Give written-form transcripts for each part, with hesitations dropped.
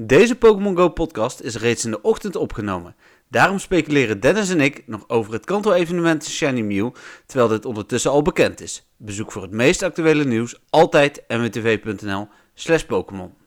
Deze Pokémon Go podcast is reeds in de ochtend opgenomen. Daarom speculeren Dennis en ik nog over het kanto-evenement Shiny Mew, terwijl dit ondertussen al bekend is. Bezoek voor het meest actuele nieuws altijd nwtv.nl/Pokémon.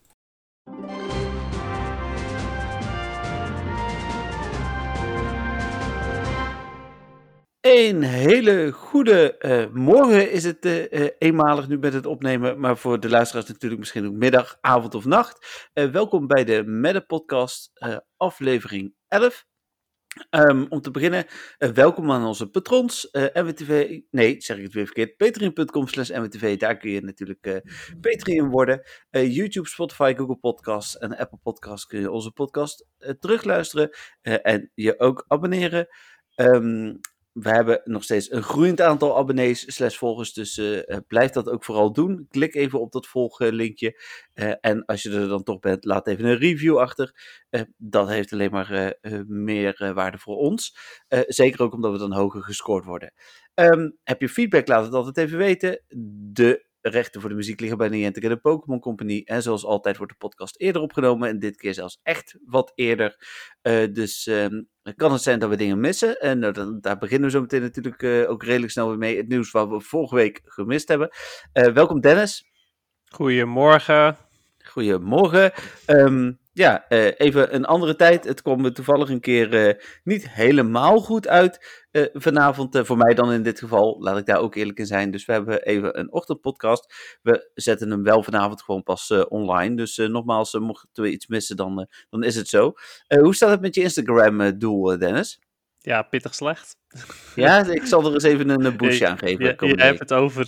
Een hele goede morgen is het eenmalig nu met het opnemen, maar voor de luisteraars natuurlijk misschien ook middag, avond of nacht. Welkom bij de Madden Podcast aflevering 11. Om te beginnen, welkom aan onze patrons, NWTV, nee, zeg ik het weer verkeerd, patreon.com/NWTV, daar kun je natuurlijk Patreon worden. YouTube, Spotify, Google Podcasts en Apple Podcasts kun je onze podcast terugluisteren en je ook abonneren. We hebben nog steeds een groeiend aantal abonnees/volgers, dus blijf dat ook vooral doen. Klik even op dat volglinkje en als je er dan toch bent, laat even een review achter. Dat heeft alleen maar meer waarde voor ons. Zeker ook omdat we dan hoger gescoord worden. Heb je feedback, laat het altijd even weten. De rechten voor de muziek liggen bij Niantic en de Pokémon Company. En zoals altijd wordt de podcast eerder opgenomen. En dit keer zelfs echt wat eerder. Dus kan het zijn dat we dingen missen. En daar beginnen we zo meteen natuurlijk ook redelijk snel weer mee. Het nieuws wat we vorige week gemist hebben. Welkom Dennis. Goedemorgen. Goedemorgen. Even een andere tijd. Het kwam me toevallig een keer niet helemaal goed uit vanavond. Voor mij dan in dit geval, laat ik daar ook eerlijk in zijn. Dus we hebben even een ochtendpodcast. We zetten hem wel vanavond gewoon pas online. Dus nogmaals, mochten we iets missen, dan is het zo. Hoe staat het met je Instagram-doel, Dennis? Ja, pittig slecht. Ja, ik zal er eens even een boost aan geven. Je hebt het over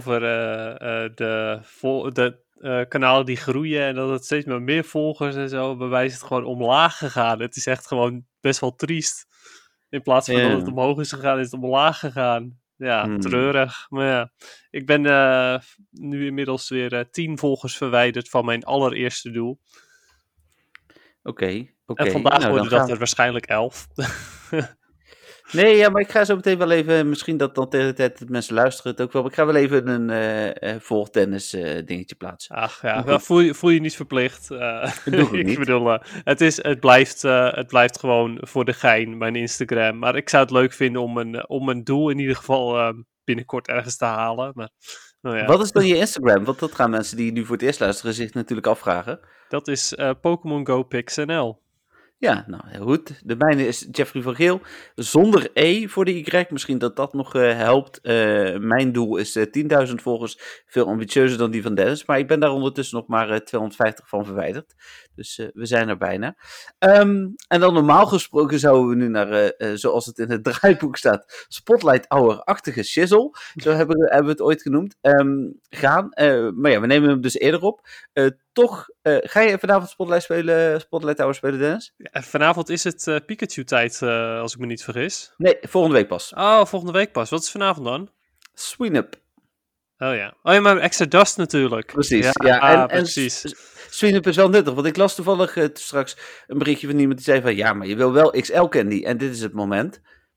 de kanalen die groeien en dat het steeds meer volgers en zo. Bij mij is het gewoon omlaag gegaan. Het is echt gewoon best wel triest. In plaats van dat het omhoog is gegaan, is het omlaag gegaan. Ja, treurig. Maar ja, ik ben nu inmiddels weer 10 volgers verwijderd van mijn allereerste doel. Oké. En vandaag worden dat er waarschijnlijk 11. Nee, ja, maar ik ga zo meteen wel even, misschien dat dan tegen de tijd dat mensen luisteren het ook wel, maar ik ga wel even een volgtennis dingetje plaatsen. Ach ja, voel je niet verplicht. Ik bedoel, het blijft gewoon voor de gein, mijn Instagram. Maar ik zou het leuk vinden om een doel in ieder geval binnenkort ergens te halen. Maar, nou ja. Wat is dan je Instagram? Want dat gaan mensen die nu voor het eerst luisteren zich natuurlijk afvragen. Dat is Pokémon Go PixNL. Ja, nou heel goed. De mijne is Jeffrey van Geel, zonder E voor de Y. Misschien dat dat nog helpt. Mijn doel is 10.000 volgers, veel ambitieuzer dan die van Dennis. Maar ik ben daar ondertussen nog maar 250 van verwijderd. Dus we zijn er bijna. En dan normaal gesproken zouden we nu naar, zoals het in het draaiboek staat, Spotlight Hour-achtige shizzle. Zo hebben we het ooit genoemd. Gaan. Maar ja, we nemen hem dus eerder op. Toch, ga je vanavond Spotlight Hour spelen, Dennis? Ja, vanavond is het Pikachu-tijd, als ik me niet vergis. Nee, volgende week pas. Oh, volgende week pas. Wat is vanavond dan? Sweenup. Oh ja, maar Extra Dust natuurlijk. Precies, precies. Sweenup is wel nuttig, want ik las toevallig straks een berichtje van iemand die zei van, ja, maar je wil wel XL Candy en dit is het moment.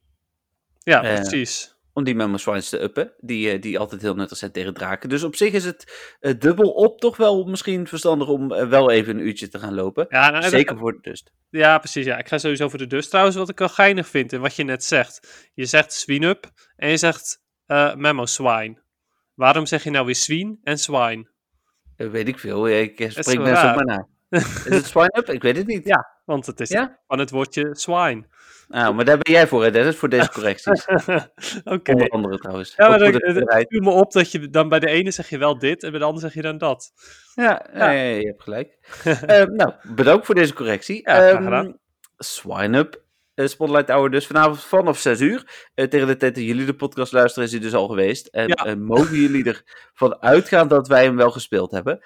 Ja, precies. Om die Memo Swines te uppen, die altijd heel nuttig zijn tegen draken. Dus op zich is het dubbel op toch wel misschien verstandig om wel even een uurtje te gaan lopen. Ja, zeker voor de dust. Ja, precies. Ja. Ik ga sowieso voor de dust. Trouwens, wat ik wel geinig vind en wat je net zegt. Je zegt Sweenup en je zegt Memo Swine. Waarom zeg je nou weer Swine en Swine? Weet ik veel. Ik spreek mensen op maar na. Is het Swine-up? Ik weet het niet. Ja, want het is van het woordje swine. Nou, maar daar ben jij voor, hè, Dennis, voor deze correcties. Oké. Onder andere trouwens. Ja, maar het viel me op dat je dan bij de ene zeg je wel dit en bij de andere zeg je dan dat. Ja, je hebt gelijk. Nou, bedankt voor deze correctie. Ja, graag gedaan. Swine-up. Spotlight Hour dus vanavond vanaf 6 uur. Tegen de tijd dat jullie de podcast luisteren is hij dus al geweest. En mogen jullie ervan uitgaan dat wij hem wel gespeeld hebben.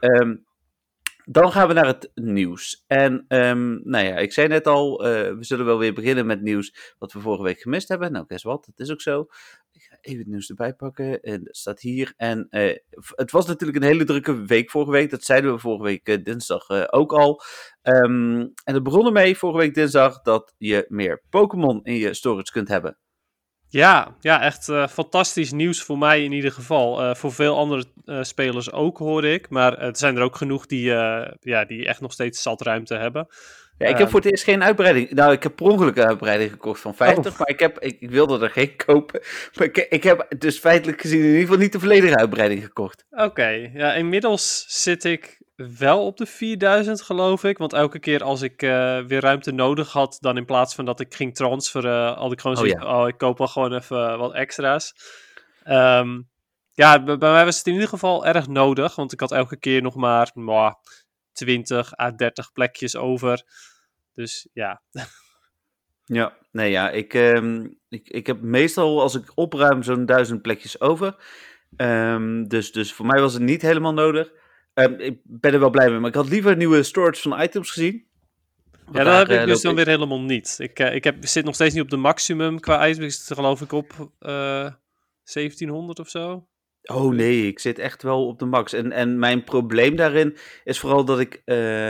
Dan gaan we naar het nieuws. En ik zei net al, we zullen wel weer beginnen met nieuws wat we vorige week gemist hebben. Nou, guess what, dat is ook zo. Ik ga even het nieuws erbij pakken. En dat staat hier. En het was natuurlijk een hele drukke week vorige week. Dat zeiden we vorige week dinsdag ook al. En het begon ermee vorige week dinsdag dat je meer Pokémon in je storage kunt hebben. Ja, echt fantastisch nieuws voor mij in ieder geval. Voor veel andere spelers ook, hoor ik. Maar er zijn er ook genoeg die echt nog steeds zat ruimte hebben. Ja, ik heb voor het eerst geen uitbreiding. Nou, ik heb per ongeluk een uitbreiding gekocht van 50, maar ik wilde er geen kopen. Maar ik heb dus feitelijk gezien in ieder geval niet de volledige uitbreiding gekocht. Oké, ja, inmiddels zit ik wel op de 4000, geloof ik. Want elke keer als ik weer ruimte nodig had, dan in plaats van dat ik ging transferen, had ik gewoon zoiets ik koop wel gewoon even wat extra's. Bij mij was het in ieder geval erg nodig, want ik had elke keer nog maar 20 à 30 plekjes over. Dus ja. Ja, nee ja, ik heb meestal als ik opruim zo'n 1000 plekjes over. Dus voor mij was het niet helemaal nodig. Ik ben er wel blij mee, maar ik had liever nieuwe storage van items gezien. Ja, dat heb ik dus dan weer helemaal niet. Ik zit nog steeds niet op de maximum qua items. Ik zit geloof ik op 1700 of zo. Oh nee, ik zit echt wel op de max. En mijn probleem daarin is vooral dat ik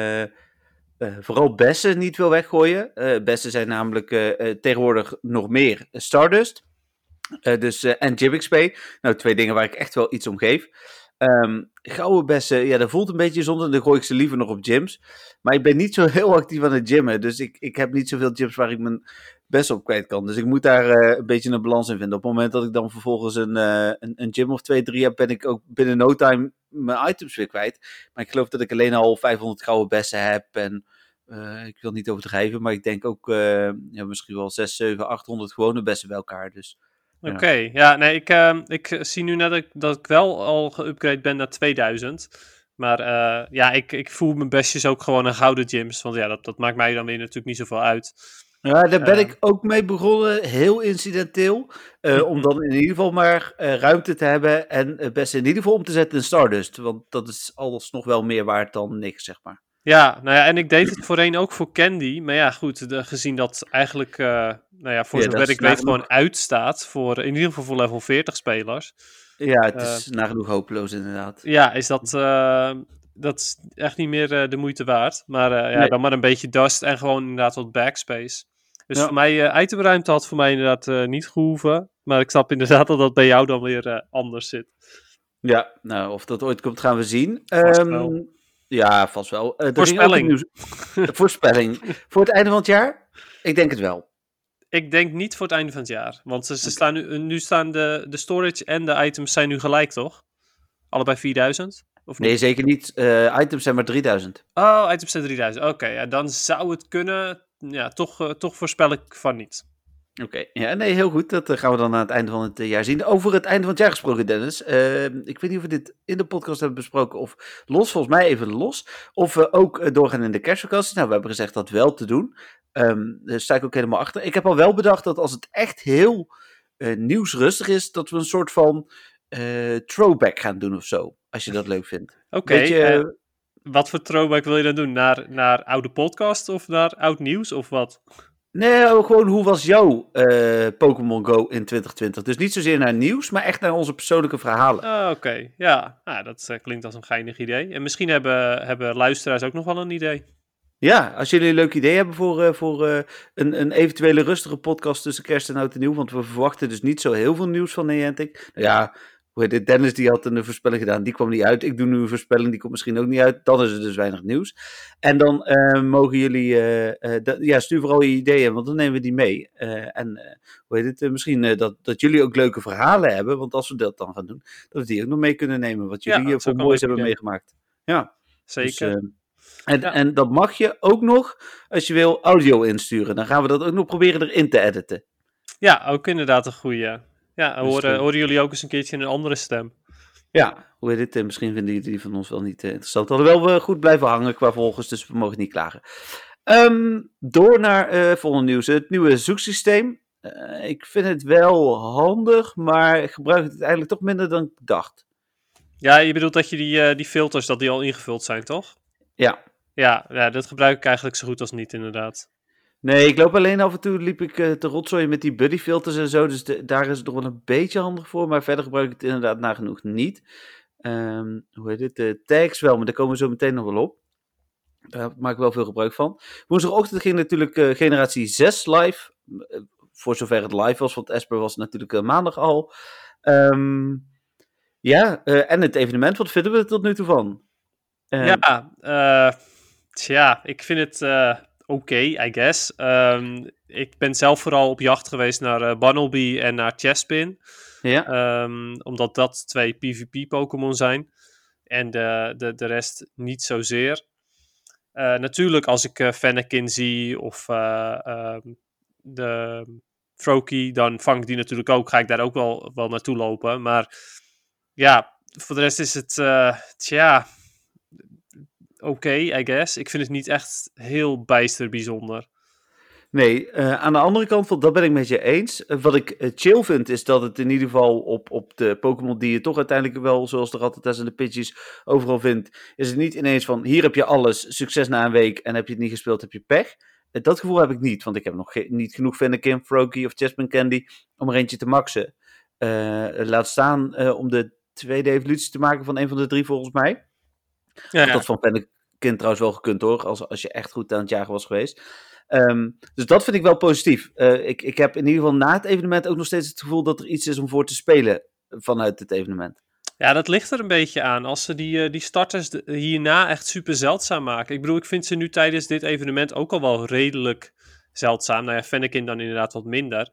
vooral bessen niet wil weggooien. Bessen zijn namelijk tegenwoordig nog meer Stardust. En Jib-XP. Nou, 2 dingen waar ik echt wel iets om geef. Gouden bessen, ja, dat voelt een beetje zonde. Dan gooi ik ze liever nog op gyms. Maar ik ben niet zo heel actief aan het gymmen. Dus ik heb niet zoveel gyms waar ik mijn bessen op kwijt kan. Dus ik moet daar een beetje een balans in vinden. Op het moment dat ik dan vervolgens een gym of 2, 3 heb, ben ik ook binnen no time mijn items weer kwijt. Maar ik geloof dat ik alleen al 500 gouden bessen heb. En ik wil niet overdrijven, maar ik denk ook misschien wel 6, 7, 800 gewone bessen bij elkaar. Dus... Oké, nee, ik zie nu net dat ik wel al geüpgrade ben naar 2000. Maar ik voel mijn bestjes ook gewoon aan gouden gyms. Want ja, dat maakt mij dan weer natuurlijk niet zoveel uit. Ja, daar ben ik ook mee begonnen, heel incidenteel. Om dan in ieder geval maar ruimte te hebben en best in ieder geval om te zetten in Stardust. Want dat is alles nog wel meer waard dan niks, zeg maar. Ja, en ik deed het voorheen ook voor Candy. Maar ja, goed, gezien dat eigenlijk, voor zover ik weet, gewoon uitstaat. In ieder geval voor level 40 spelers. Ja, het is nagenoeg hopeloos inderdaad. Ja, is dat is echt niet meer de moeite waard. Maar nee. Dan maar een beetje dust en gewoon inderdaad wat backspace. Dus voor mij, itemruimte had voor mij inderdaad niet gehoeven. Maar ik snap inderdaad dat bij jou dan weer anders zit. Ja, nou, of dat ooit komt gaan we zien. Ja, vast wel. Voorspelling. Voorspelling. Voor het einde van het jaar? Ik denk het wel. Ik denk niet voor het einde van het jaar. Want ze staan nu staan de storage en de items zijn nu gelijk, toch? Allebei 4000? Of nee, zeker niet. Items zijn maar 3000. Oh, items zijn 3000. Oké, dan zou het kunnen. Ja, toch voorspel ik van niet. Oké, ja, nee, heel goed. Dat gaan we dan aan het einde van het jaar zien. Over het einde van het jaar gesproken, Dennis. Ik weet niet of we dit in de podcast hebben besproken of los. Volgens mij even los. Of we ook doorgaan in de kerstvakantie. Nou, we hebben gezegd dat wel te doen. Daar sta ik ook helemaal achter. Ik heb al wel bedacht dat als het echt heel nieuwsrustig is, dat we een soort van throwback gaan doen of zo. Als je dat leuk vindt. Oké, wat voor throwback wil je dan doen? Naar oude podcast of naar oud nieuws of wat? Nee, gewoon hoe was jouw Pokémon Go in 2020? Dus niet zozeer naar nieuws, maar echt naar onze persoonlijke verhalen. Oké. Ja, dat klinkt als een geinig idee. En misschien hebben luisteraars ook nog wel een idee. Ja, als jullie een leuk idee hebben voor een eventuele rustige podcast tussen kerst en oud en nieuw, want we verwachten dus niet zo heel veel nieuws van Niantic. Nou ja, Dennis die had een voorspelling gedaan, die kwam niet uit. Ik doe nu een voorspelling, die komt misschien ook niet uit. Dan is er dus weinig nieuws. En dan mogen jullie, stuur vooral je ideeën, want dan nemen we die mee. Misschien dat jullie ook leuke verhalen hebben, want als we dat dan gaan doen, dat we die ook nog mee kunnen nemen, wat jullie voor moois hebben meegemaakt. Ja, zeker. Dus, en dat mag je ook nog, als je wil, audio insturen. Dan gaan we dat ook nog proberen erin te editen. Ja, ook inderdaad een goeie. Ja, horen jullie ook eens een keertje een andere stem. Ja, misschien vinden jullie die van ons wel niet interessant. Alhoewel we goed blijven hangen qua volgers, dus we mogen niet klagen. Door naar volgende nieuws. Het nieuwe zoeksysteem. Ik vind het wel handig, maar ik gebruik het eigenlijk toch minder dan ik dacht. Ja, je bedoelt dat je die filters, dat die al ingevuld zijn, toch? Ja. Ja, dat gebruik ik eigenlijk zo goed als niet, inderdaad. Nee, ik loop alleen af en toe te rotzooien met die buddy filters en zo. Dus daar is het nog wel een beetje handig voor. Maar verder gebruik ik het inderdaad nagenoeg niet. De tags wel, maar daar komen we zo meteen nog wel op. Daar maak ik wel veel gebruik van. Woensdagochtend ging natuurlijk generatie 6 live. voor zover het live was, want Esper was natuurlijk maandag al. En het evenement, wat vinden we er tot nu toe van? Ik vind het oké, I guess. Ik ben zelf vooral op jacht geweest naar Bunnelby en naar Chespin. Ja. Omdat dat 2 PvP-Pokémon zijn. En de rest niet zozeer. Natuurlijk, als ik Fennekin zie of de Froakie, dan vang ik die natuurlijk ook. Ga ik daar ook wel naartoe lopen. Maar ja, voor de rest is het oké, I guess. Ik vind het niet echt heel bijster bijzonder. Nee, aan de andere kant, dat ben ik met je eens. Wat ik chill vind, is dat het in ieder geval op de Pokémon die je toch uiteindelijk wel, zoals de Rattatas en de Pidgeys, overal vindt, is het niet ineens van, hier heb je alles, succes na een week, en heb je het niet gespeeld, heb je pech. Dat gevoel heb ik niet, want ik heb nog niet genoeg Fennekin, Froakie of Chespin Candy om er eentje te maxen. Laat staan om de tweede evolutie te maken van een van de 3 volgens mij. Ja. Dat van Fennekin trouwens wel gekund hoor, als je echt goed aan het jagen was geweest. Dus dat vind ik wel positief. Ik heb in ieder geval na het evenement ook nog steeds het gevoel dat er iets is om voor te spelen vanuit het evenement. Ja, dat ligt er een beetje aan. Als ze die starters hierna echt super zeldzaam maken. Ik bedoel, ik vind ze nu tijdens dit evenement ook al wel redelijk zeldzaam. Nou ja, Fennekin dan inderdaad wat minder.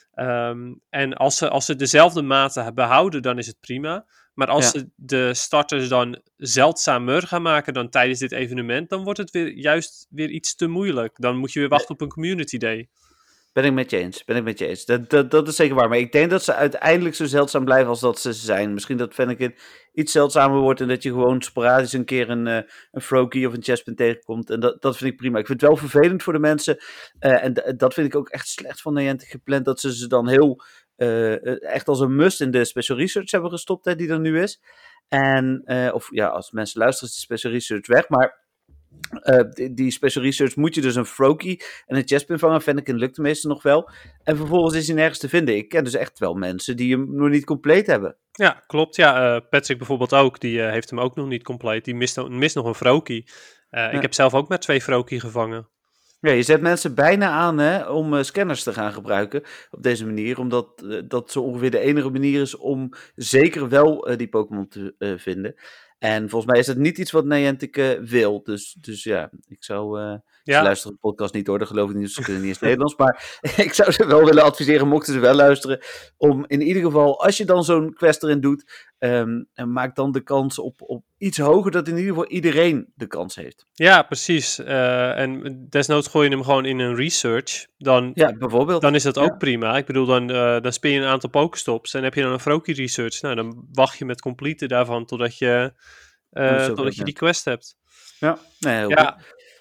En als ze dezelfde mate behouden, dan is het prima. Maar als ze de starters dan zeldzamer gaan maken dan tijdens dit evenement, dan wordt het juist weer iets te moeilijk. Dan moet je weer wachten op een community day. Ben ik met je eens. Dat is zeker waar. Maar ik denk dat ze uiteindelijk zo zeldzaam blijven als dat ze zijn. Misschien dat Fennekin iets zeldzamer wordt en dat je gewoon sporadisch een keer een Froakie of een Chespin tegenkomt. En dat vind ik prima. Ik vind het wel vervelend voor de mensen. En dat vind ik ook echt slecht van Niantic gepland. Dat ze dan heel echt als een must in de special research hebben gestopt, hè, die er nu is. En, als mensen luisteren is die special research weg. Maar die special research moet je dus een Froakie en een Chespin vangen. Fennekin lukt de meeste nog wel. En vervolgens is hij nergens te vinden. Ik ken dus echt wel mensen die hem nog niet compleet hebben. Ja, klopt. Ja, Patrick bijvoorbeeld ook. Die heeft hem ook nog niet compleet. Die mist nog een Froakie. Ik heb zelf ook met 2 Froakie gevangen. Ja, je zet mensen bijna aan om scanners te gaan gebruiken op deze manier. Omdat dat zo ongeveer de enige manier is om zeker wel die Pokémon te vinden. En volgens mij is dat niet iets wat Niantic wil. Dus ja, ik zou... Ze luisteren de podcast niet hoor, dat geloof ik niet. Ze kunnen niet eens Nederlands. Maar ik zou ze wel willen adviseren, mochten ze wel luisteren. Om in ieder geval, als je dan zo'n quest erin doet... en maak dan de kans op iets hoger, dat in ieder geval iedereen de kans heeft. Ja, precies. En desnoods gooi je hem gewoon in een research. Bijvoorbeeld. Dan is dat ook prima. Ik bedoel, dan speel je een aantal Pokestops en heb je dan een Froakie research. Nou, dan wacht je met complete daarvan totdat je die quest hebt. Ja, nee, heel goed.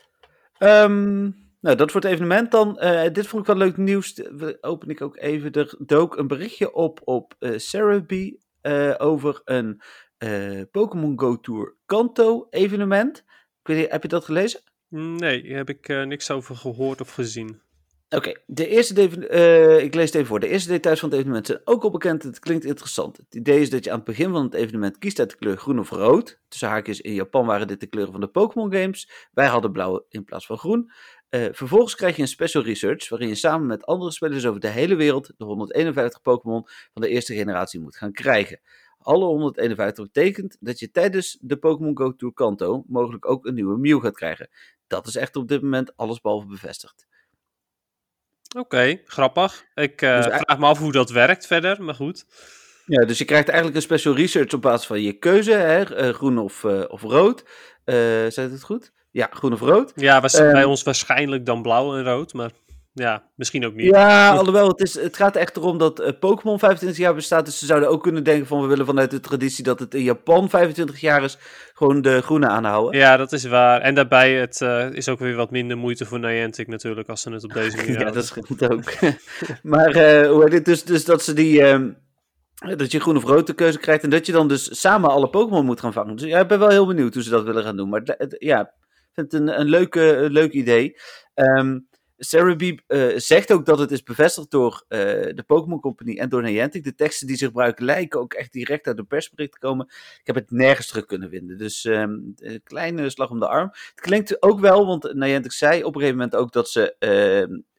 Nou, dat voor het evenement dan. Dit vond ik wel leuk nieuws. Open ik ook even. Er dook een berichtje op Cerebi over een Pokémon Go Tour Kanto evenement. Ik weet niet, heb je dat gelezen? Nee, daar heb ik niks over gehoord of gezien. Oké, ik lees het even voor. De eerste details van het evenement zijn ook al bekend. Het klinkt interessant. Het idee is dat je aan het begin van het evenement kiest uit de kleur groen of rood. Tussen haakjes, in Japan waren dit de kleuren van de Pokémon games. Wij hadden blauw in plaats van groen. Vervolgens krijg je een special research waarin je samen met andere spelers over de hele wereld de 151 Pokémon van de eerste generatie moet gaan krijgen. Alle 151 betekent dat je tijdens de Pokémon Go Tour Kanto mogelijk ook een nieuwe Mew gaat krijgen. Dat is echt op dit moment allesbehalve bevestigd. Oké, grappig. Ik vraag me af hoe dat werkt verder, maar goed. Ja, dus je krijgt eigenlijk een special research op basis van je keuze, hè, groen of rood. Zei het goed? Ja, groen of rood. Ja, bij ons waarschijnlijk dan blauw en rood, maar ja, misschien ook niet. Ja, alhoewel, het gaat echt erom dat Pokémon 25 jaar bestaat, dus ze zouden ook kunnen denken van we willen vanuit de traditie dat het in Japan 25 jaar is, gewoon de groene aanhouden. Ja, dat is waar. En daarbij, het is ook weer wat minder moeite voor Niantic natuurlijk, als ze het op deze manier houden. Ja, dat scheelt ook. Maar hoe heet het, dus dat ze dat je groen of rood de keuze krijgt en dat je dan dus samen alle Pokémon moet gaan vangen. Dus ja, ik ben wel heel benieuwd hoe ze dat willen gaan doen. Maar ik vind het een leuk idee. Cerebi zegt ook dat het is bevestigd door de Pokémon Company en door Niantic. De teksten die ze gebruiken lijken ook echt direct uit de persbericht te komen. Ik heb het nergens terug kunnen vinden. Dus een kleine slag om de arm. Het klinkt ook wel, want Niantic zei op een gegeven moment ook dat ze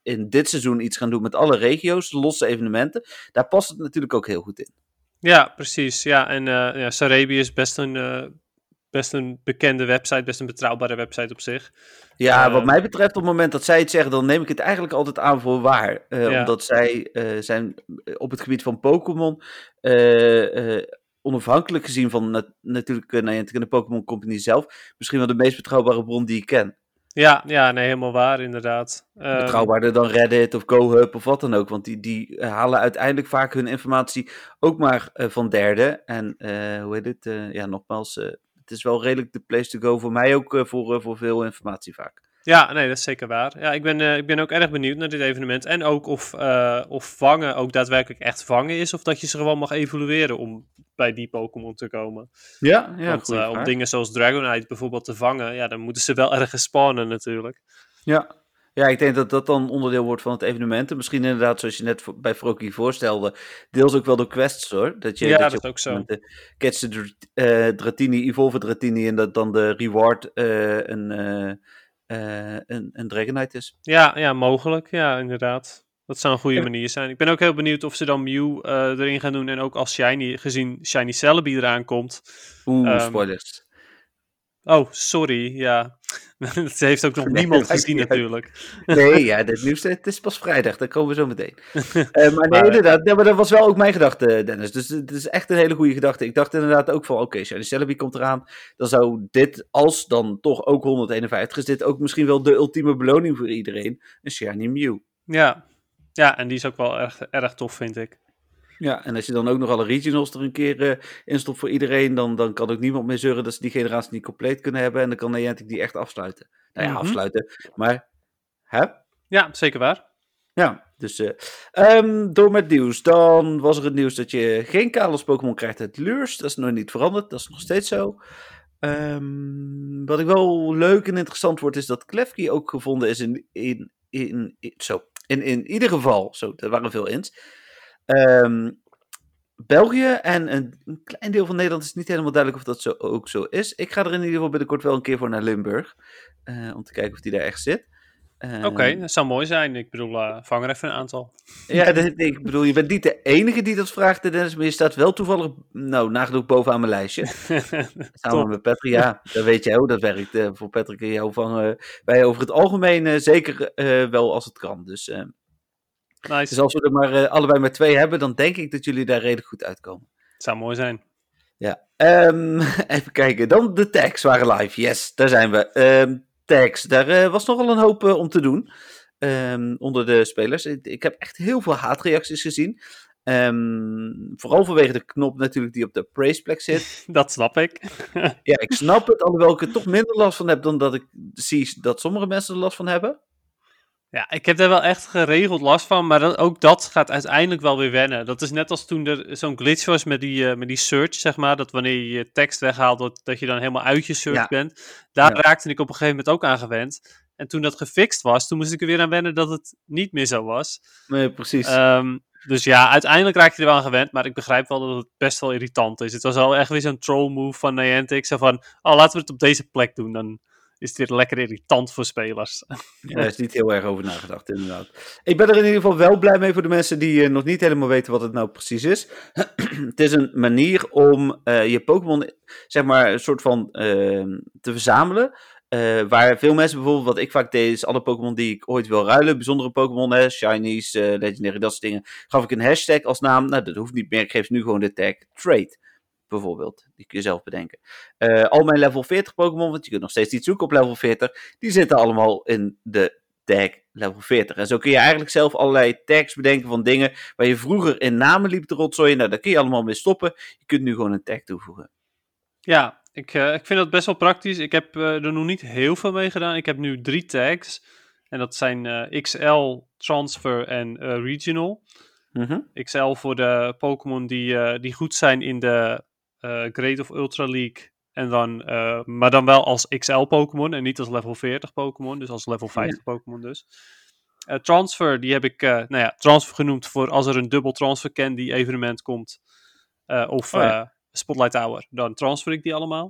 in dit seizoen iets gaan doen met alle regio's, losse evenementen, daar past het natuurlijk ook heel goed in. Ja, precies. Ja, en Sarebi is best een bekende website, best een betrouwbare website op zich. Ja, wat mij betreft, op het moment dat zij het zeggen, dan neem ik het eigenlijk altijd aan voor waar. Omdat zij zijn op het gebied van Pokémon onafhankelijk gezien van natuurlijk Niantic en de Pokémon Company zelf, misschien wel de meest betrouwbare bron die ik ken. Ja, nee, helemaal waar, inderdaad. Betrouwbaarder dan Reddit of GoHub of wat dan ook. Want die halen uiteindelijk vaak hun informatie ook maar van derden. En hoe heet het? Nogmaals, het is wel redelijk de place to go voor mij ook voor veel informatie vaak. Ja, nee, dat is zeker waar. Ja, ik ben ook erg benieuwd naar dit evenement. En ook of vangen ook daadwerkelijk echt vangen is. Of dat je ze gewoon mag evolueren om bij die Pokémon te komen. Ja, Want om dingen zoals Dragonite bijvoorbeeld te vangen, ja, dan moeten ze wel ergens spawnen natuurlijk. Ja, ik denk dat dat dan onderdeel wordt van het evenement. En misschien inderdaad, zoals je net bij Froakie voorstelde, deels ook wel door quests hoor. Dat dat is ook zo. Catch the Dratini, Evolve Dratini en dat dan de reward een Dragonite is. Ja, mogelijk. Ja, inderdaad. Dat zou een goede manier zijn. Ik ben ook heel benieuwd of ze dan Mew erin gaan doen. En ook als Shiny, gezien Shiny Celebi eraan komt. Spoilers. Oh, sorry. Ja. Dat heeft ook nog niemand gezien natuurlijk. Nee, ja, dit nieuws het is pas vrijdag. Daar komen we zo meteen. Maar nee, inderdaad. Maar dat was wel ook mijn gedachte, Dennis. Dus het is echt een hele goede gedachte. Ik dacht inderdaad ook van, oké, Shiny Celebi komt eraan. Dan zou dit, als dan toch ook 151 is, dit ook misschien wel de ultieme beloning voor iedereen. Een Shiny Mew. Ja, en die is ook wel erg tof, vind ik. Ja, en als je dan ook nog alle regionals er een keer instopt voor iedereen, dan kan ook niemand meer zeuren dat ze die generatie niet compleet kunnen hebben. En dan kan Niantic die echt afsluiten. Nou ja, afsluiten. Maar, hè? Ja, zeker waar. Ja, dus door met nieuws. Dan was er het nieuws dat je geen Kalos Pokémon krijgt uit Lures. Dat is nog niet veranderd, dat is nog steeds zo. Wat ik wel leuk en interessant wordt, is dat Klefki ook gevonden is in ieder geval, er waren veel ins. België en een klein deel van Nederland is niet helemaal duidelijk of dat ook zo is. Ik ga er in ieder geval binnenkort wel een keer voor naar Limburg. Om te kijken of die daar echt zit. Oké, dat zou mooi zijn. Ik bedoel, vang er even een aantal. Ja, ik bedoel, je bent niet de enige die dat vraagt, Dennis, maar je staat wel toevallig, nagenoeg bovenaan mijn lijstje. Samen met Patrick, ja, dat weet jij hoe dat werkt. Voor Patrick en jou vangen wij over het algemeen zeker wel als het kan. Dus, nice. Dus als we er maar allebei maar 2 hebben, dan denk ik dat jullie daar redelijk goed uitkomen. Het zou mooi zijn. Ja, even kijken. Dan de tags waren live. Yes, daar zijn we. Tags, daar was nogal een hoop om te doen onder de spelers. Ik heb echt heel veel haatreacties gezien. Vooral vanwege de knop natuurlijk die op de praise plek zit. Dat snap ik. Ja, ik snap het, alhoewel ik er toch minder last van heb dan dat ik zie dat sommige mensen er last van hebben. Ja, ik heb daar wel echt geregeld last van, maar ook dat gaat uiteindelijk wel weer wennen. Dat is net als toen er zo'n glitch was met die search, zeg maar, dat wanneer je je tekst weghaalt, dat je dan helemaal uit je search bent. Daar raakte ik op een gegeven moment ook aan gewend. En toen dat gefixt was, toen moest ik er weer aan wennen dat het niet meer zo was. Nee, precies. Dus ja, uiteindelijk raak je er wel aan gewend, maar ik begrijp wel dat het best wel irritant is. Het was al echt weer zo'n troll move van Niantic, zo van, laten we het op deze plek doen, dan is het weer lekker irritant voor spelers. Ja, daar is niet heel erg over nagedacht, inderdaad. Ik ben er in ieder geval wel blij mee voor de mensen die nog niet helemaal weten wat het nou precies is. Het is een manier om je Pokémon, zeg maar, een soort van te verzamelen. Waar veel mensen bijvoorbeeld, wat ik vaak deed, is alle Pokémon die ik ooit wil ruilen, bijzondere Pokémon, Shinies, Legendary, dat soort dingen, gaf ik een hashtag als naam. Nou, dat hoeft niet meer, ik geef nu gewoon de tag trade. Bijvoorbeeld, die kun je zelf bedenken. Al mijn level 40 Pokémon, want je kunt nog steeds iets zoeken op level 40, die zitten allemaal in de tag level 40. En zo kun je eigenlijk zelf allerlei tags bedenken van dingen waar je vroeger in namen liep te rotzooien. Nou, daar kun je allemaal mee stoppen. Je kunt nu gewoon een tag toevoegen. Ja, ik vind dat best wel praktisch. Ik heb er nog niet heel veel mee gedaan. Ik heb nu 3 tags. En dat zijn XL, Transfer en Regional. XL voor de Pokémon die goed zijn in de Great of Ultra League. En dan, maar dan wel als XL Pokémon en niet als level 40 Pokémon. Dus als level 50 Pokémon dus. Transfer, die heb ik Transfer genoemd voor als er een dubbel Transfer Candy evenement komt. Spotlight Hour. Dan transfer ik die allemaal.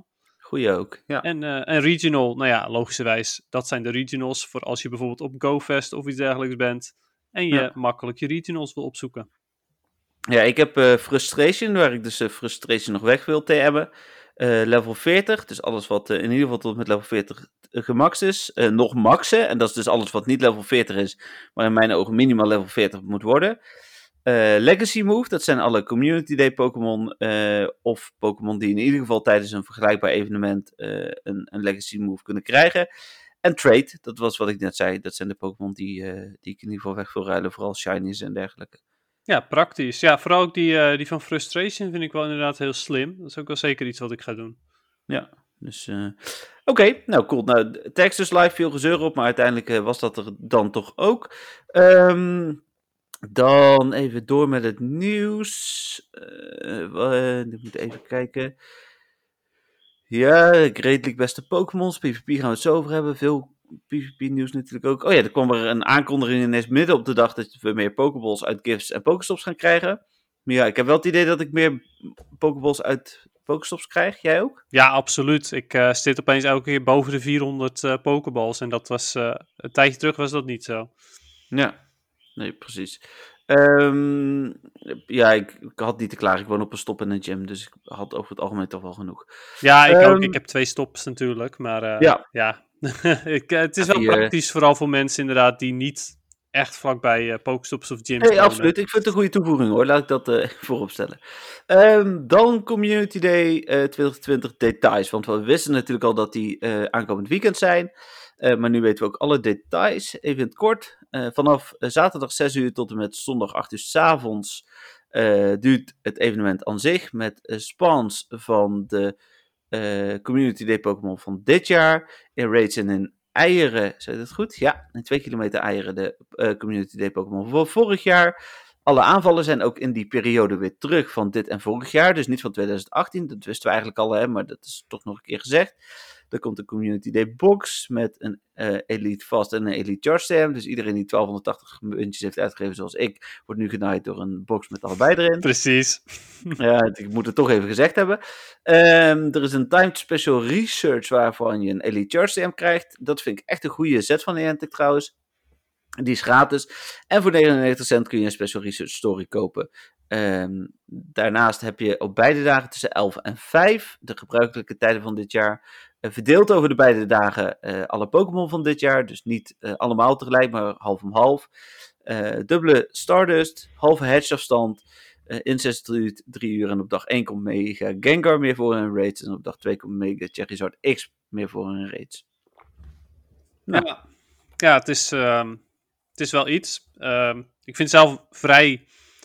Goeie ook, ja. En regional, nou ja, logischerwijs, dat zijn de regionals voor als je bijvoorbeeld op GoFest of iets dergelijks bent en je Ja. makkelijk je regionals wil opzoeken. Ja, ik heb Frustration, waar ik dus Frustration nog weg wil TM'en. Level 40, dus alles wat in ieder geval tot met level 40 gemaxt is. Nog maxen, en dat is dus alles wat niet level 40 is, maar in mijn ogen minimaal level 40 moet worden. Legacy Move, dat zijn alle Community Day Pokémon, of Pokémon die in ieder geval tijdens een vergelijkbaar evenement een Legacy Move kunnen krijgen. En Trade, dat was wat ik net zei, dat zijn de Pokémon die ik in ieder geval weg wil ruilen, vooral Shinies en dergelijke. Ja, praktisch. Ja, vooral ook die van Frustration vind ik wel inderdaad heel slim. Dat is ook wel zeker iets wat ik ga doen. Ja, dus oké, nou cool. Nou, Texas Live, veel gezeur op, maar uiteindelijk was dat er dan toch ook. Dan even door met het nieuws. Ik moet even kijken. Ja, Great League beste Pokémons. PvP gaan we het zo over hebben. Veel PvP nieuws natuurlijk ook. Oh ja, er kwam er een aankondiging ineens midden op de dag dat we meer Pokéballs uit gifts en Pokéstops gaan krijgen. Maar ja, ik heb wel het idee dat ik meer Pokéballs uit Pokéstops krijg. Jij ook? Ja, absoluut. Ik zit opeens elke keer boven de 400 Pokéballs. En dat was een tijdje terug was dat niet zo. Ja, nee, precies. Ja, ik had niet te klaar. Ik woon op een stop in een gym, dus ik had over het algemeen toch wel genoeg. Ja, ik ook. Ik heb 2 stops natuurlijk. Maar ja. Het is wel praktisch, vooral voor mensen inderdaad die niet echt vlakbij Pokestops of gyms Nee, absoluut. Ik vind het een goede toevoeging hoor. Laat ik dat voorop stellen. Dan Community Day 2020 details. Want we wisten natuurlijk al dat die aankomend weekend zijn. Maar nu weten we ook alle details. Even in het kort. Vanaf zaterdag 6 uur tot en met zondag 8 uur 's avonds duurt het evenement aan zich. Met spawns van de Community Day Pokémon van dit jaar. In raids en in eieren. Zeg je dat goed? Ja, in 2 kilometer eieren de Community Day Pokémon van vorig jaar. Alle aanvallen zijn ook in die periode weer terug van dit en vorig jaar. Dus niet van 2018. Dat wisten we eigenlijk al, hè, maar dat is toch nog een keer gezegd. Er komt een Community Day box met een Elite Fast en een Elite Charge Stamp. Dus iedereen die 1280 muntjes heeft uitgegeven zoals ik, wordt nu genaaid door een box met allebei erin. Precies. Ja, ik moet het toch even gezegd hebben. Er is een Timed Special Research waarvan je een Elite Charge Stamp krijgt. Dat vind ik echt een goede set van Niantic trouwens. Die is gratis. En voor 99 cent kun je een Special Research Story kopen. Daarnaast heb je op beide dagen tussen 11 en 5, de gebruikelijke tijden van dit jaar, verdeeld over de beide dagen alle Pokémon van dit jaar. Dus niet allemaal tegelijk, maar half om half. Dubbele Stardust, halve hedgeafstand. In 3 uur en op dag 1 komt Mega Gengar meer voor een raid. En op dag 2 komt Mega Charizard X meer voor een raid. Nou. Ja, het is wel iets. Ik vind het zelf vrij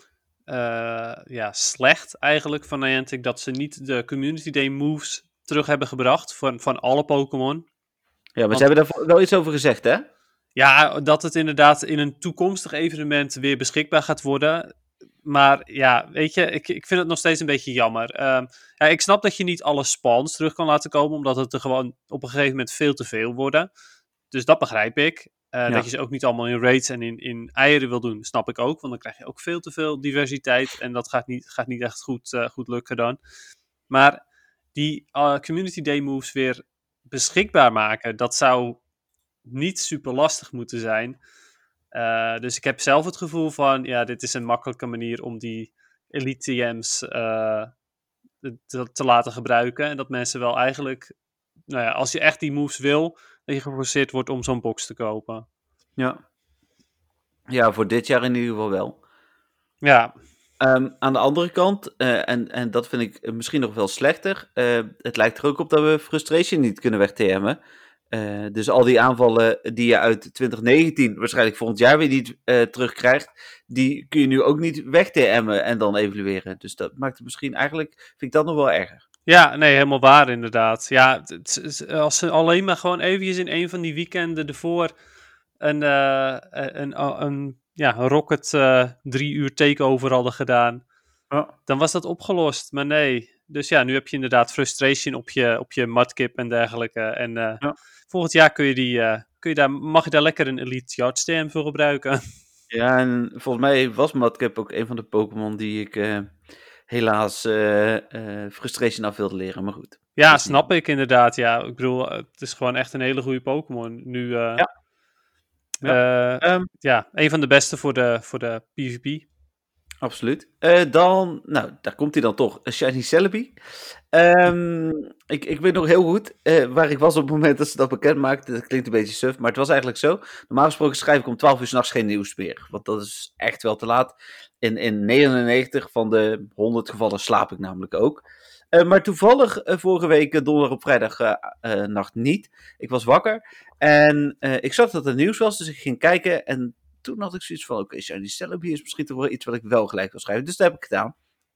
slecht eigenlijk van Niantic dat ze niet de Community Day moves terug hebben gebracht van alle Pokémon. Ja, maar ze hebben daar wel iets over gezegd, hè? Ja, dat het inderdaad in een toekomstig evenement weer beschikbaar gaat worden. Maar ja, weet je, ik vind het nog steeds een beetje jammer. Ik snap dat je niet alle spawns terug kan laten komen, omdat het er gewoon op een gegeven moment veel te veel worden. Dus dat begrijp ik. Dat je ze ook niet allemaal in raids en in eieren wil doen, snap ik ook. Want dan krijg je ook veel te veel diversiteit. En dat gaat niet echt goed lukken dan. Maar die Community Day moves weer beschikbaar maken, dat zou niet super lastig moeten zijn. Dus ik heb zelf het gevoel van, ja, dit is een makkelijke manier om die Elite TM's te laten gebruiken. En dat mensen wel eigenlijk, nou ja, als je echt die moves wil, dat je geforceerd wordt om zo'n box te kopen. Ja, voor dit jaar in ieder geval wel. Ja. Aan de andere kant, en dat vind ik misschien nog wel slechter, het lijkt er ook op dat we Frustration niet kunnen weg-TM'en. Dus al die aanvallen die je uit 2019 waarschijnlijk volgend jaar weer niet terugkrijgt, die kun je nu ook niet weg-TM'en en dan evalueren. Dus dat maakt het misschien eigenlijk, vind ik dat nog wel erger. Ja, nee, helemaal waar inderdaad. Ja, als ze alleen maar gewoon eventjes in een van die weekenden ervoor een Rocket 3 uur takeover hadden gedaan, dan was dat opgelost. Maar nee, dus ja, nu heb je inderdaad Frustration op je Mudkip en dergelijke. En volgend jaar mag je daar lekker een Elite Yard Stamp voor gebruiken. Ja, en volgens mij was Mudkip ook een van de Pokémon die ik helaas Frustration af wilde leren, maar goed. Ja, Dus snap ik inderdaad. Ja, ik bedoel, het is gewoon echt een hele goede Pokémon. Nu, ja, ja. ja, een van de beste voor de PvP. Absoluut. Dan, nou, daar komt hij dan toch. Shiny Celebi. Ik weet nog heel goed waar ik was op het moment dat ze dat bekend maakten. Dat klinkt een beetje suf, maar het was eigenlijk zo. Normaal gesproken schrijf ik om 12 uur 's nachts geen nieuws meer. Want dat is echt wel te laat. In 99 van de 100 gevallen slaap ik namelijk ook. Maar toevallig vorige week, donderdag op vrijdag nacht niet. Ik was wakker en ik zag dat er nieuws was, dus ik ging kijken. En toen had ik zoiets van, oké, Shiny Celebi is misschien toch wel iets wat ik wel gelijk wil schrijven. Dus dat heb ik gedaan.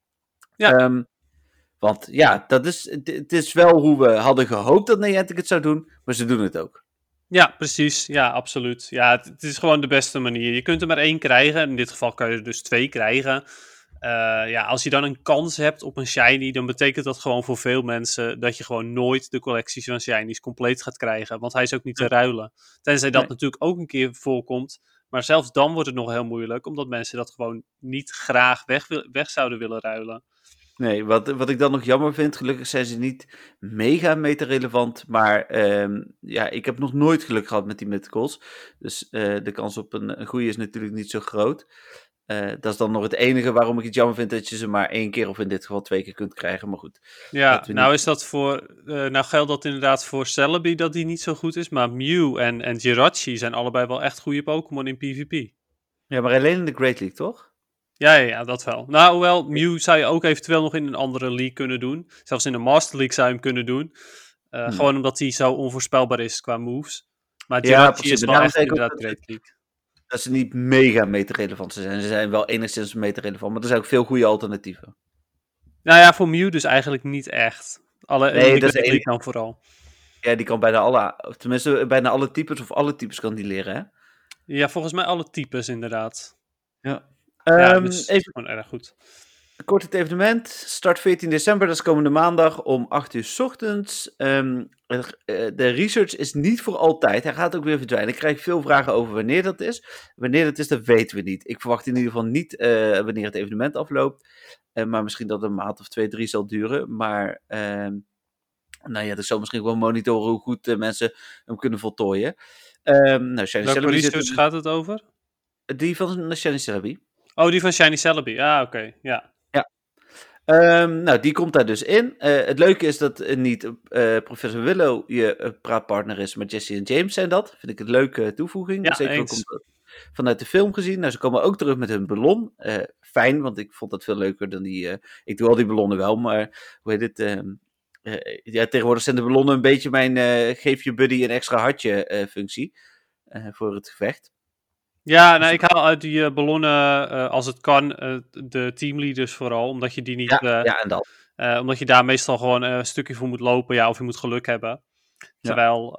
Ja. Want ja, het is wel hoe we hadden gehoopt dat Niantic het zou doen, maar ze doen het ook. Ja, precies. Ja, absoluut. Ja, het is gewoon de beste manier. Je kunt er maar 1 krijgen. In dit geval kun je er dus 2 krijgen. Ja, als je dan een kans hebt op een shiny, dan betekent dat gewoon voor veel mensen dat je gewoon nooit de collecties van shinies compleet gaat krijgen. Want hij is ook niet te ruilen. Tenzij dat natuurlijk ook een keer voorkomt. Maar zelfs dan wordt het nog heel moeilijk, omdat mensen dat gewoon niet graag weg zouden willen ruilen. Nee, wat ik dan nog jammer vind, gelukkig zijn ze niet mega meta-relevant, maar ja, ik heb nog nooit geluk gehad met die mythicals. Dus de kans op een goede is natuurlijk niet zo groot. Dat is dan nog het enige waarom ik het jammer vind dat je ze maar 1 keer of in dit geval 2 keer kunt krijgen, maar goed. Ja, nou is dat nou geldt dat inderdaad voor Celebi dat die niet zo goed is, maar Mew en Jirachi zijn allebei wel echt goede Pokémon in PvP. Ja, maar alleen in de Great League, toch? Ja, dat wel. Nou, hoewel, Mew zou je ook eventueel nog in een andere league kunnen doen. Zelfs in de Master League zou je hem kunnen doen. Gewoon omdat hij zo onvoorspelbaar is qua moves. Maar Jirachi is wel echt inderdaad Great League. Dat ze niet mega meta-relevant zijn. Ze zijn wel enigszins meta-relevant, maar er zijn ook veel goede alternatieven. Nou ja, voor Mew dus eigenlijk niet echt. Nee, dat is Great League dan vooral. Ja, die kan bijna alle types of alle types kan die leren, hè? Ja, volgens mij alle types inderdaad. Ja. Dus even gewoon erg goed. kort het evenement. Start 14 december, dat is komende maandag om 8 uur 's ochtends. De research is niet voor altijd. Hij gaat ook weer verdwijnen. Ik krijg veel vragen over wanneer dat is. Wanneer dat is, dat weten we niet. Ik verwacht in ieder geval niet wanneer het evenement afloopt. Maar misschien dat het een maand of 2, 3 zal duren. Maar nou ja, dat zal misschien wel monitoren hoe goed mensen hem kunnen voltooien. Welke research gaat het over? Die van Shiny Celebi. Oh, die van Shiny Celebi. Ah, oké. Ja. Nou, die komt daar dus in. Het leuke is dat niet Professor Willow je praatpartner is, maar Jesse en James zijn dat. Vind ik een leuke toevoeging. Ja, Zeker ook eens. vanuit de film gezien. Nou, ze komen ook terug met hun ballon. Fijn, want ik vond dat veel leuker dan die... ik doe al die ballonnen wel, maar hoe heet het... ja, tegenwoordig zijn de ballonnen een beetje mijn geef je buddy een extra hartje functie voor het gevecht. Ja, nou, ik haal uit die ballonnen, als het kan, de teamleaders vooral, omdat je die niet... Ja, en dat. omdat je daar meestal gewoon een stukje voor moet lopen, ja, of je moet geluk hebben. Terwijl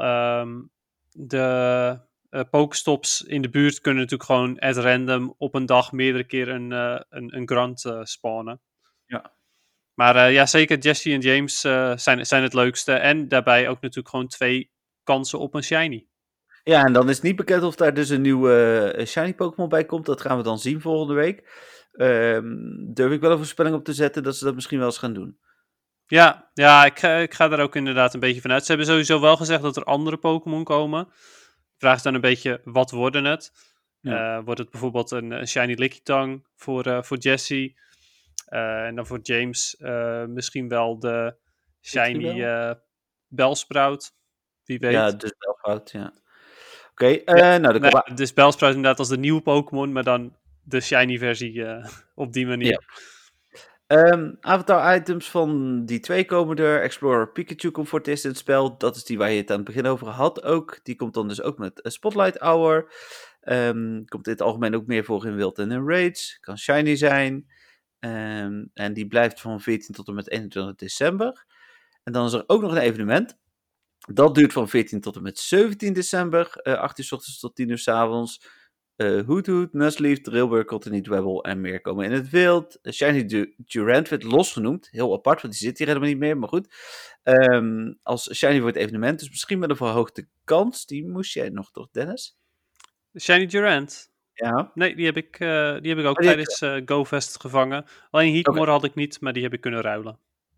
de Pokestops in de buurt kunnen natuurlijk gewoon at random op een dag meerdere keer een Grunt spawnen. Ja. Maar ja, zeker Jesse en James zijn het leukste. En daarbij ook natuurlijk gewoon 2 kansen op een shiny. Ja, en dan is niet bekend of daar dus een nieuwe shiny Pokémon bij komt. Dat gaan we dan zien volgende week. Durf ik wel een voorspelling op te zetten dat ze dat misschien wel eens gaan doen. Ja, ik ga daar ook inderdaad een beetje vanuit. Ze hebben sowieso wel gezegd dat er andere Pokémon komen. De vraag is dan een beetje, wat worden het? Ja. Wordt het bijvoorbeeld een shiny Lickitung voor Jesse? En dan voor James misschien wel de shiny Bellsprout. Wie weet. Ja, dus Belfout, ja. Oké, nou, dus Bellsprout inderdaad als de nieuwe Pokémon, maar dan de shiny versie op die manier. Ja. Avatar items van die 2 komen er. Explorer Pikachu komt voor het eerst in het spel. Dat is die waar je het aan het begin over had ook. Die komt dan dus ook met Spotlight Hour. Komt in het algemeen ook meer voor in Wild en in Raids. Kan shiny zijn. En die blijft van 14 tot en met 21 december. En dan is er ook nog een evenement. Dat duurt van 14 tot en met 17 december. 8 uur 's ochtends tot 10 uur 's avonds. Hoothoot, Nuzleaf, Drillbur, Cottony, Dwebble en meer komen in het wild. Shiny Durant werd losgenoemd. Heel apart, want die zit hier helemaal niet meer. Maar goed. Als Shiny voor het evenement. Dus misschien met een verhoogde kans. Die moest jij nog toch, Dennis? Shiny Durant? Ja. Nee, die heb ik ook tijdens GoFest gevangen. Alleen Heatmore had ik niet, maar die heb ik kunnen ruilen.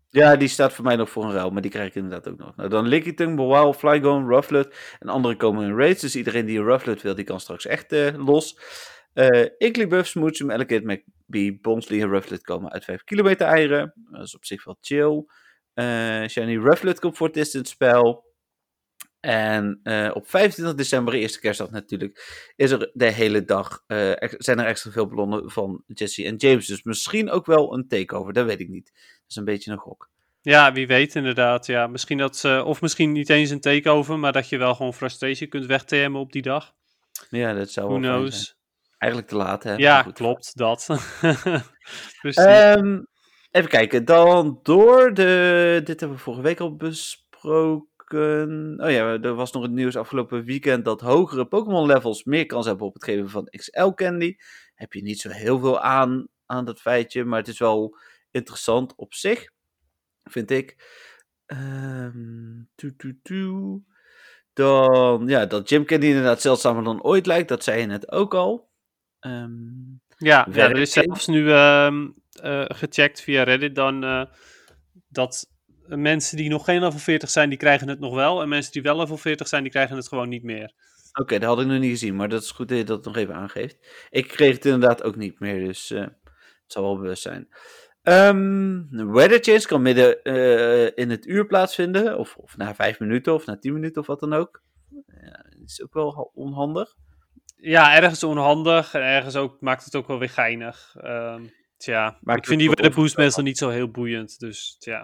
Ja, die staat voor mij nog voor een ruil, maar die krijg ik inderdaad ook nog. Nou, dan Lickitung, Bowow, Flygon, Rufflet en anderen komen in raids. Dus iedereen die een Rufflet wil, die kan straks echt los. Igglybuff, Smoochum, Ellicott, McBee, Bonsly en Rufflet komen uit 5 kilometer eieren. Dat is op zich wel chill. Shiny Rufflet komt voor het eerst in het spel. En op 25 december, eerste kerstdag natuurlijk, is er de hele dag, zijn er extra veel ballonnen van Jesse en James. Dus misschien ook wel een takeover, dat weet ik niet. Dat is een beetje een gok. Ja, wie weet inderdaad. Ja, misschien of misschien niet eens een takeover, maar dat je wel gewoon Frustration kunt wegtammen op die dag. Ja, dat zou Who wel fijn knows? zijn. Eigenlijk te laat, hè? Ja, Maar goed. klopt, dat. Precies. Even kijken, dan door de... Dit hebben we vorige week al besproken. Oh ja, er was nog het nieuws afgelopen weekend dat hogere Pokémon levels meer kans hebben op het geven van XL Candy. Heb je niet zo heel veel aan dat feitje, maar het is wel interessant op zich, vind ik. Dan, ja, dat Gym Candy inderdaad zeldzamer dan ooit lijkt, dat zei je net ook al. Ja, er is zelfs nu gecheckt via Reddit dan dat mensen die nog geen level 40 zijn, die krijgen het nog wel. En mensen die wel level 40 zijn, die krijgen het gewoon niet meer. Oké, dat had ik nog niet gezien, maar dat is goed dat je dat nog even aangeeft. Ik kreeg het inderdaad ook niet meer, dus het zal wel bewust zijn. Weather change kan midden in het uur plaatsvinden, of na 5 minuten, of na 10 minuten, of wat dan ook. Ja, dat is ook wel onhandig. Ja, ergens onhandig en ergens ook, maakt het ook wel weer geinig. Maar ik vind die weather boost meestal niet zo heel boeiend, dus tja.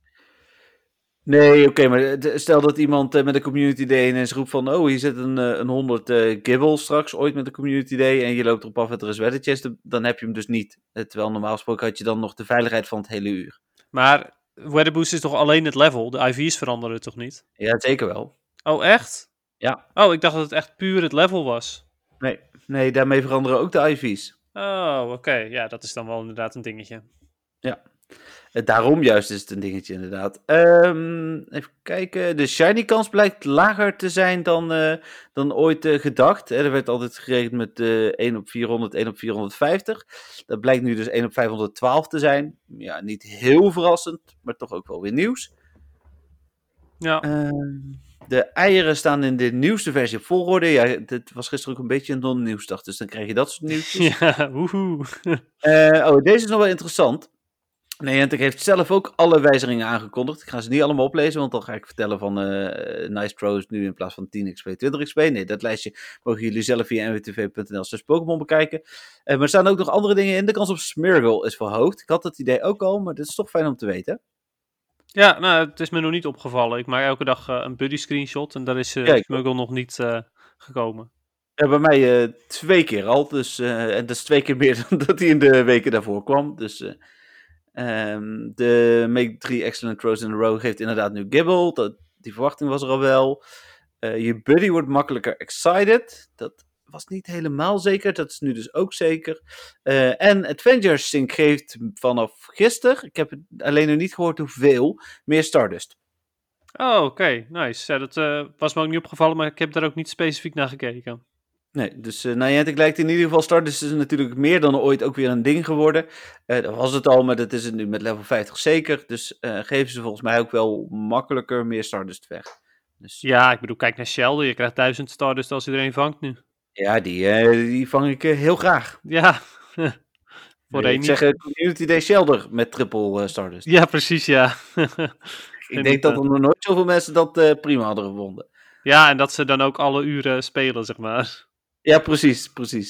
Nee, oké, maar stel dat iemand met een community day ineens roept van, oh, hier zit een 100 Gible straks ooit met een community day en je loopt erop af met er is weather chest, dan heb je hem dus niet. Terwijl normaal gesproken had je dan nog de veiligheid van het hele uur. Maar weather boost is toch alleen het level? De IV's veranderen toch niet? Ja, zeker wel. Oh, echt? Ja. Oh, ik dacht dat het echt puur het level was. Nee, daarmee veranderen ook de IV's. Oh, oké. Ja, dat is dan wel inderdaad een dingetje. Ja. Daarom juist is het een dingetje inderdaad. Even kijken. De shiny kans blijkt lager te zijn dan ooit gedacht. Er werd altijd gerekend met 1 op 400, 1 op 450. Dat blijkt nu dus 1 op 512 te zijn. Ja, niet heel verrassend, maar toch ook wel weer nieuws. Ja. De eieren staan in de nieuwste versie op volgorde. Ja, dit was gisteren ook een beetje een non-nieuwsdag, dus dan krijg je dat soort nieuwtjes. Ja, woehoe. Deze is nog wel interessant. Niantic heeft zelf ook alle wijzigingen aangekondigd. Ik ga ze niet allemaal oplezen, want dan ga ik vertellen van Nice Throws nu in plaats van 10 XP, 20 XP. Nee, dat lijstje mogen jullie zelf via nwtv.nl/Pokémon bekijken. Maar er staan ook nog andere dingen in. De kans op Smeargle is verhoogd. Ik had dat idee ook al, maar dit is toch fijn om te weten. Ja, nou, het is me nog niet opgevallen. Ik maak elke dag een buddy screenshot en daar is Smeargle nog niet gekomen. Ja, bij mij 2 keer al. Dus, en dat is 2 keer meer dan dat hij in de weken daarvoor kwam. Dus de Make 3 Excellent Throws in a Row geeft inderdaad nu Gible. Die verwachting was er al wel. Je buddy wordt makkelijker excited. Dat was niet helemaal zeker. Dat is nu dus ook zeker. En Adventure Sync geeft vanaf gisteren, ik heb het alleen nog niet gehoord hoeveel, meer Stardust. Oh, oké. Nice. Ja, dat was me ook niet opgevallen, maar ik heb daar ook niet specifiek naar gekeken. Nee, dus Niantic lijkt in ieder geval Stardust is natuurlijk meer dan ooit ook weer een ding geworden. Dat was het al, maar dat is het nu met level 50 zeker. Dus geven ze volgens mij ook wel makkelijker meer Stardust weg. Dus, ja, ik bedoel, kijk naar Sheldon. Je krijgt 1000 Stardust als iedereen vangt nu. ja, die vang ik heel graag. Ja. Ik zeg Community Day Shelder met triple Stardust. Ja, precies, ja. Ik denk dat er nog nooit zoveel mensen dat prima hadden gevonden. Ja, en dat ze dan ook alle uren spelen, zeg maar. Ja, precies.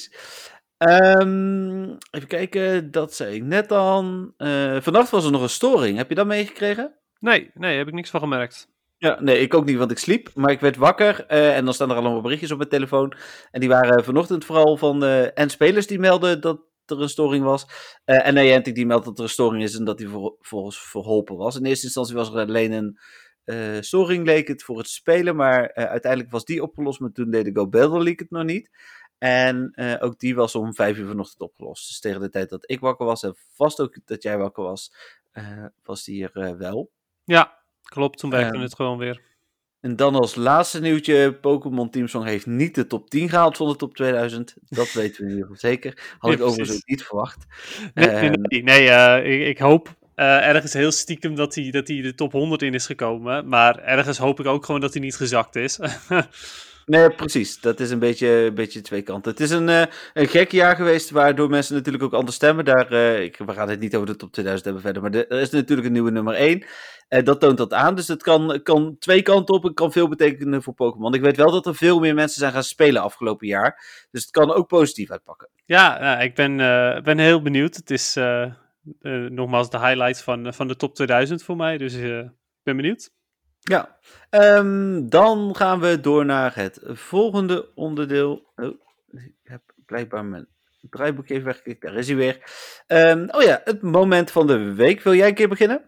Even kijken, dat zei ik net al. Vannacht was er nog een storing. Heb je dat meegekregen? Nee, heb ik niks van gemerkt. Ja, nee, ik ook niet, want ik sliep. Maar ik werd wakker en dan staan er allemaal berichtjes op mijn telefoon. En die waren vanochtend vooral van en spelers die melden dat er een storing was. En Niantic die meldt dat er een storing is en dat die vervolgens verholpen was. In eerste instantie was er alleen een storing, leek het, voor het spelen. Maar uiteindelijk was die opgelost, maar toen deed de Go Battle League het nog niet. En ook die was om 5 uur vanochtend opgelost. Dus tegen de tijd dat ik wakker was en vast ook dat jij wakker was, was die er wel. Ja, klopt. Toen werkte het gewoon weer. En dan als laatste nieuwtje, Pokémon Team Song heeft niet de top 10 gehaald van de top 2000. Dat weten we in ieder geval zeker. Had ik overigens ook niet verwacht. Nee, ik hoop ergens heel stiekem dat hij de top 100 in is gekomen. Maar ergens hoop ik ook gewoon dat hij niet gezakt is. Nee, precies. Dat is een beetje twee kanten. Het is een gek jaar geweest, waardoor mensen natuurlijk ook anders stemmen. We gaan het niet over de top 2000 hebben verder, maar er is natuurlijk een nieuwe nummer 1. Dat toont dat aan, dus het kan twee kanten op. Het kan veel betekenen voor Pokémon. Ik weet wel dat er veel meer mensen zijn gaan spelen afgelopen jaar. Dus het kan ook positief uitpakken. Ja, ik ben heel benieuwd. Het is nogmaals de highlight van de top 2000 voor mij. Dus ik ben benieuwd. Ja, dan gaan we door naar het volgende onderdeel. Oh, ik heb blijkbaar mijn draaiboekje even weggeklikt. Daar is hij weer. Het moment van de week. Wil jij een keer beginnen?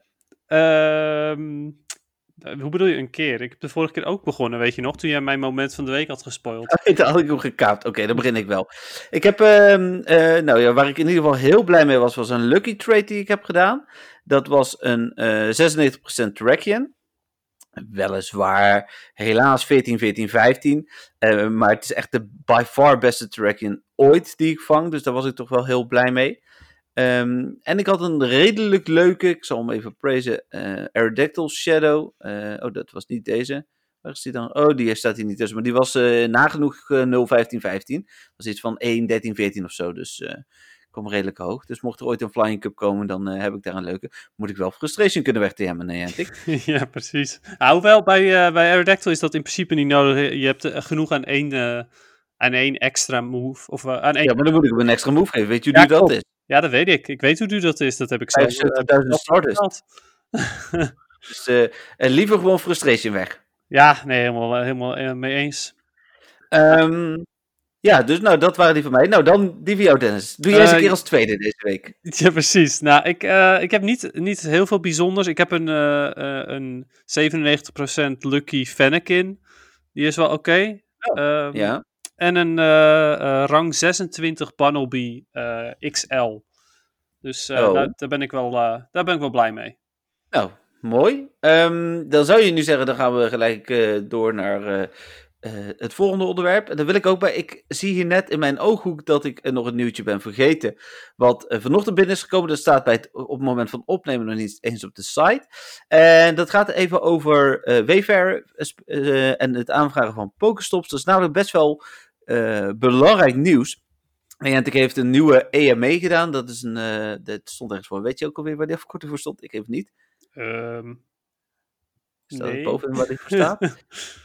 Hoe bedoel je een keer? Ik heb de vorige keer ook begonnen, weet je nog? Toen jij mijn moment van de week had gespoild. Dat had ik hem gekaapt. Oké, dan begin ik wel. Ik heb, waar ik in ieder geval heel blij mee was een lucky trade die ik heb gedaan. Dat was een 96% Terrakion. Weliswaar, helaas 14, 14, 15. Maar het is echt de by far beste Terrakion ooit die ik vang. Dus daar was ik toch wel heel blij mee. En ik had een redelijk leuke, ik zal hem even praisen, Aerodactyl Shadow. Dat was niet deze. Waar is die dan? Oh, die staat hier niet tussen. Maar die was nagenoeg 0,15, 15. Dat was iets van 1, 13, 14 of zo. Dus ik kwam redelijk hoog. Dus mocht er ooit een Flying Cup komen, dan heb ik daar een leuke. Moet ik wel Frustration kunnen wegtemmen, Niantic. Ja, precies. Hoewel, bij Aerodactyl is dat in principe niet nodig. Je hebt genoeg aan één extra move. Of, aan één... Ja, maar dan moet ik hem een extra move geven. Weet je hoe duur dat is? Ja, dat weet ik. Ik weet hoe duur dat is. Dat heb ik zelf 75.000 Stardust. Dus liever gewoon Frustration weg. Ja, nee, helemaal mee eens. Ja, dus dat waren die van mij. Nou, dan die van jou, Dennis. Doe jij eens een keer als tweede deze week. Ja, precies. Nou, ik heb niet heel veel bijzonders. Ik heb een 97% Lucky Fennekin. Die is wel oké. Ja. En een rang 26 Bunnelby XL. Dus daar ben ik wel blij mee. Nou, mooi. Dan zou je nu zeggen, dan gaan we gelijk door naar het volgende onderwerp. En daar wil ik ook bij. Ik zie hier net in mijn ooghoek dat ik nog een nieuwtje ben vergeten. Wat vanochtend binnen is gekomen. Dat staat op het moment van opnemen nog niet eens op de site. En dat gaat even over Wayfair en het aanvragen van Pokestops. Dat is namelijk best wel belangrijk nieuws. Niantic heeft een nieuwe EMA gedaan. Dat stond ergens voor. Weet je ook alweer waar die afkorting voor stond? Ik even niet. Staat het bovenin waar die voor staat?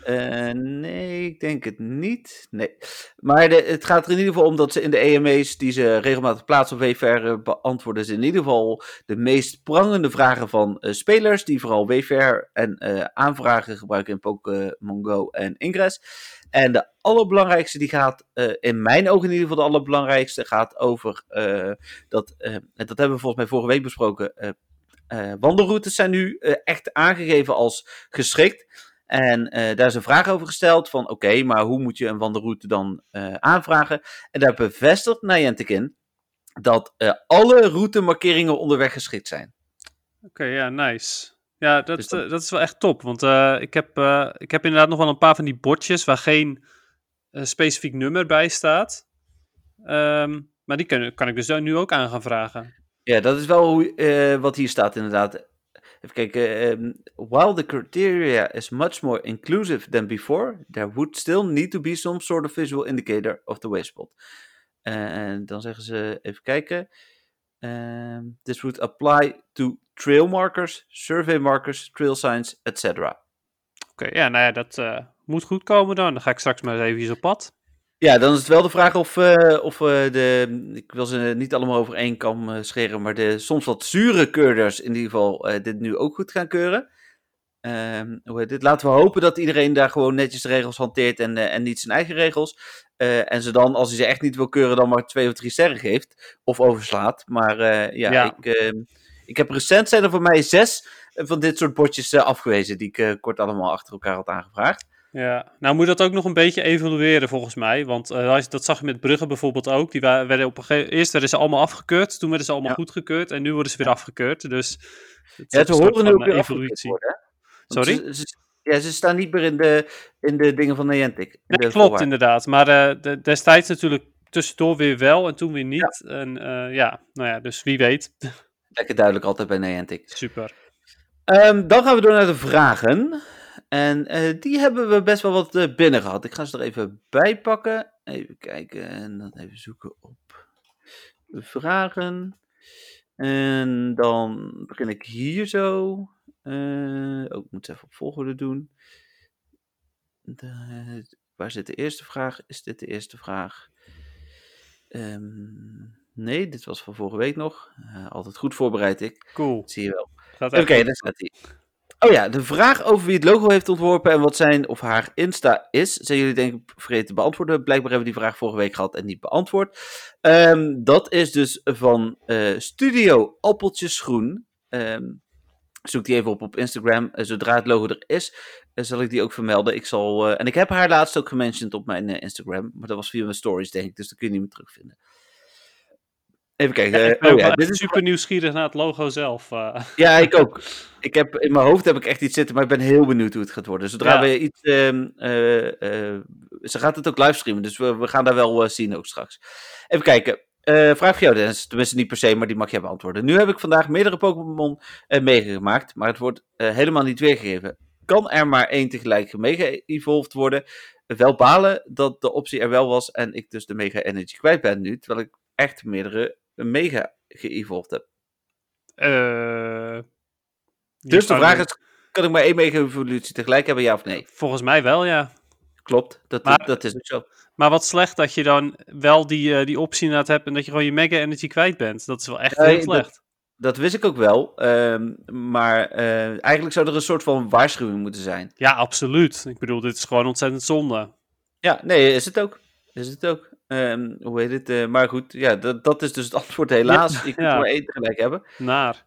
Nee, ik denk het niet. Nee. Maar het gaat er in ieder geval om dat ze in de EMA's die ze regelmatig plaatsen op Wayfair beantwoorden ze in ieder geval de meest prangende vragen van spelers die vooral Wayfair en aanvragen gebruiken in Pokémon Go en Ingress. En de allerbelangrijkste die gaat, in mijn ogen in ieder geval de allerbelangrijkste, gaat over en dat hebben we volgens mij vorige week besproken. Wandelroutes zijn nu echt aangegeven als geschikt. En daar is een vraag over gesteld van oké, maar hoe moet je een wandelroute dan aanvragen? En daar bevestigt Niantic in dat alle routemarkeringen onderweg geschikt zijn. Oké, ja, nice. Ja, dat is wel echt top. Want ik heb inderdaad nog wel een paar van die bordjes waar geen specifiek nummer bij staat. Maar die kan ik dus nu ook aan gaan vragen. Ja, dat is wel wat hier staat inderdaad. Even kijken. While the criteria is much more inclusive than before, there would still need to be some sort of visual indicator of the wayspot. En dan zeggen ze, even kijken. This would apply to trail markers, survey markers, trail signs, etc. Oké, ja, nou ja, dat moet goed komen dan. Dan ga ik straks maar eens even op pad. Ja, dan is het wel de vraag of ik wil ze niet allemaal over één kam scheren, maar de soms wat zure keurders in ieder geval dit nu ook goed gaan keuren. Laten we hopen dat iedereen daar gewoon netjes de regels hanteert en niet zijn eigen regels. En ze dan, als hij ze echt niet wil keuren, dan maar 2 of 3 sterren geeft of overslaat. Maar ik heb recent zijn er voor mij 6 van dit soort bordjes afgewezen die ik kort allemaal achter elkaar had aangevraagd. Ja, nou moet dat ook nog een beetje evolueren volgens mij. Want dat zag je met Brugge bijvoorbeeld ook. Die werden eerst werden ze allemaal afgekeurd, toen werden ze allemaal goedgekeurd en nu worden ze weer afgekeurd. Dus ze horen nu ook weer evolutie worden. Sorry? Ze staan niet meer in de dingen van Niantic. Nee, klopt inderdaad. Maar destijds natuurlijk tussendoor weer wel en toen weer niet. Ja. En dus wie weet. Lekker duidelijk altijd bij Niantic. Super. Dan gaan we door naar de vragen. En die hebben we best wel wat binnen gehad. Ik ga ze er even bij pakken. Even kijken en dan even zoeken op de vragen. En dan begin ik hier zo. Ik moet het even op volgorde doen. Waar zit de eerste vraag? Is dit de eerste vraag? Nee, dit was van vorige week nog. Altijd goed voorbereid ik. Cool. Dat zie je wel. Oké, daar staat hij. Oh ja, de vraag over wie het logo heeft ontworpen en wat zijn of haar Insta is, zijn jullie denk ik vergeten te beantwoorden. Blijkbaar hebben we die vraag vorige week gehad en niet beantwoord. Dat is dus van Studio Appeltjesgroen. Zoek die even op Instagram. Zodra het logo er is, zal ik die ook vermelden. En ik heb haar laatst ook gementiond op mijn Instagram. Maar dat was via mijn stories, denk ik. Dus dat kun je niet meer terugvinden. Even kijken. Dit is super nieuwsgierig naar het logo zelf. Ja, ik ook. In mijn hoofd heb ik echt iets zitten, maar ik ben heel benieuwd hoe het gaat worden. Zodra we iets... ze gaat het ook livestreamen, dus we gaan daar wel zien ook straks. Even kijken. Vraag voor jou, Dennis. Tenminste, niet per se, maar die mag jij beantwoorden. Nu heb ik vandaag meerdere Pokémon meegemaakt, maar het wordt helemaal niet weergegeven. Kan er maar één tegelijk gemega-evolved worden? Wel balen dat de optie er wel was en ik dus de mega-energy kwijt ben nu, terwijl ik echt meerdere mega ge-evolved heb. Dus de vraag is, kan ik maar één mega-evolutie tegelijk hebben, ja of nee? Volgens mij wel, ja. Klopt, dat is ook zo. Maar wat slecht dat je dan wel die optie inderdaad hebt en dat je gewoon je mega-energy kwijt bent. Dat is wel echt heel slecht. Dat wist ik ook wel, maar eigenlijk zou er een soort van waarschuwing moeten zijn. Ja, absoluut. Ik bedoel, dit is gewoon ontzettend zonde. Ja, nee, is het ook. Hoe heet het? Maar goed, ja, dat is dus het antwoord helaas. Je kunt er maar één tegelijk hebben. Naar.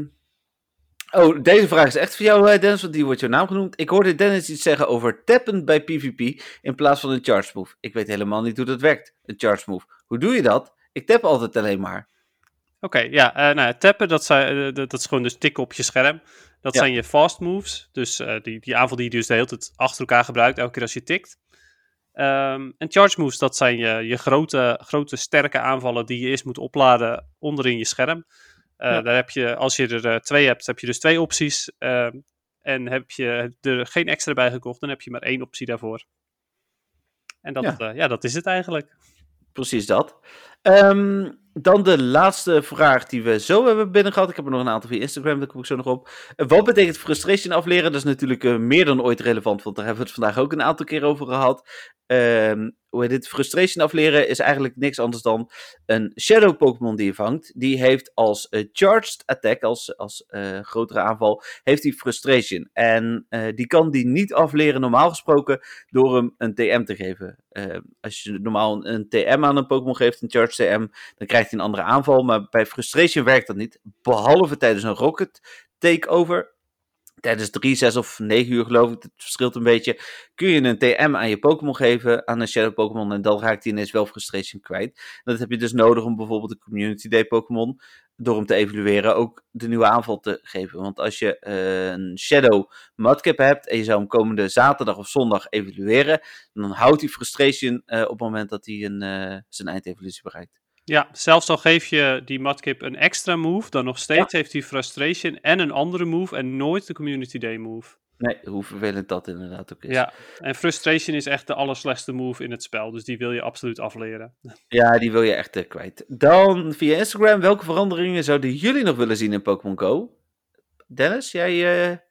Deze vraag is echt voor jou, Dennis, want die wordt jouw naam genoemd. Ik hoorde Dennis iets zeggen over tappen bij PvP in plaats van een charge move. Ik weet helemaal niet hoe dat werkt, een charge move. Hoe doe je dat? Ik tap altijd alleen maar. Oké, tappen, dat is gewoon dus tikken op je scherm. Dat zijn je fast moves. Dus die aanval die je dus de hele tijd achter elkaar gebruikt, elke keer als je tikt. En charge moves, dat zijn je grote sterke aanvallen die je eerst moet opladen onderin je scherm. Daar heb je, als je er 2 hebt, heb je dus 2 opties. En heb je er geen extra bij gekocht, dan heb je maar 1 optie daarvoor. En dat is het eigenlijk. Precies dat. Dan de laatste vraag die we zo hebben binnengehad. Ik heb er nog een aantal via Instagram, daar kom ik zo nog op. Wat betekent frustration afleren? Dat is natuurlijk meer dan ooit relevant, want daar hebben we het vandaag ook een aantal keer over gehad. Frustration afleren is eigenlijk niks anders dan een Shadow Pokémon die je vangt. Die heeft als charged attack, als grotere aanval, heeft die frustration. En die kan die niet afleren normaal gesproken door hem een TM te geven. Als je normaal een TM aan een Pokémon geeft, een charged TM, dan krijgt hij een andere aanval. Maar bij frustration werkt dat niet. Behalve tijdens een rocket takeover. Tijdens 3, 6 of 9 uur geloof ik, het verschilt een beetje, kun je een TM aan je Pokémon geven, aan een Shadow Pokémon, en dan raakt hij ineens wel frustration kwijt. En dat heb je dus nodig om bijvoorbeeld een Community Day Pokémon, door hem te evalueren, ook de nieuwe aanval te geven. Want als je een Shadow Mudkip hebt en je zou hem komende zaterdag of zondag evalueren, dan houdt hij frustration op het moment dat hij zijn eindevolutie bereikt. Ja, zelfs al geef je die Mudkip een extra move, dan nog steeds heeft hij frustration en een andere move en nooit de Community Day move. Nee, hoe vervelend dat inderdaad ook is. Ja, en frustration is echt de allerslechtste move in het spel, dus die wil je absoluut afleren. Ja, die wil je echt kwijt. Dan via Instagram, welke veranderingen zouden jullie nog willen zien in Pokémon Go? Dennis, jij...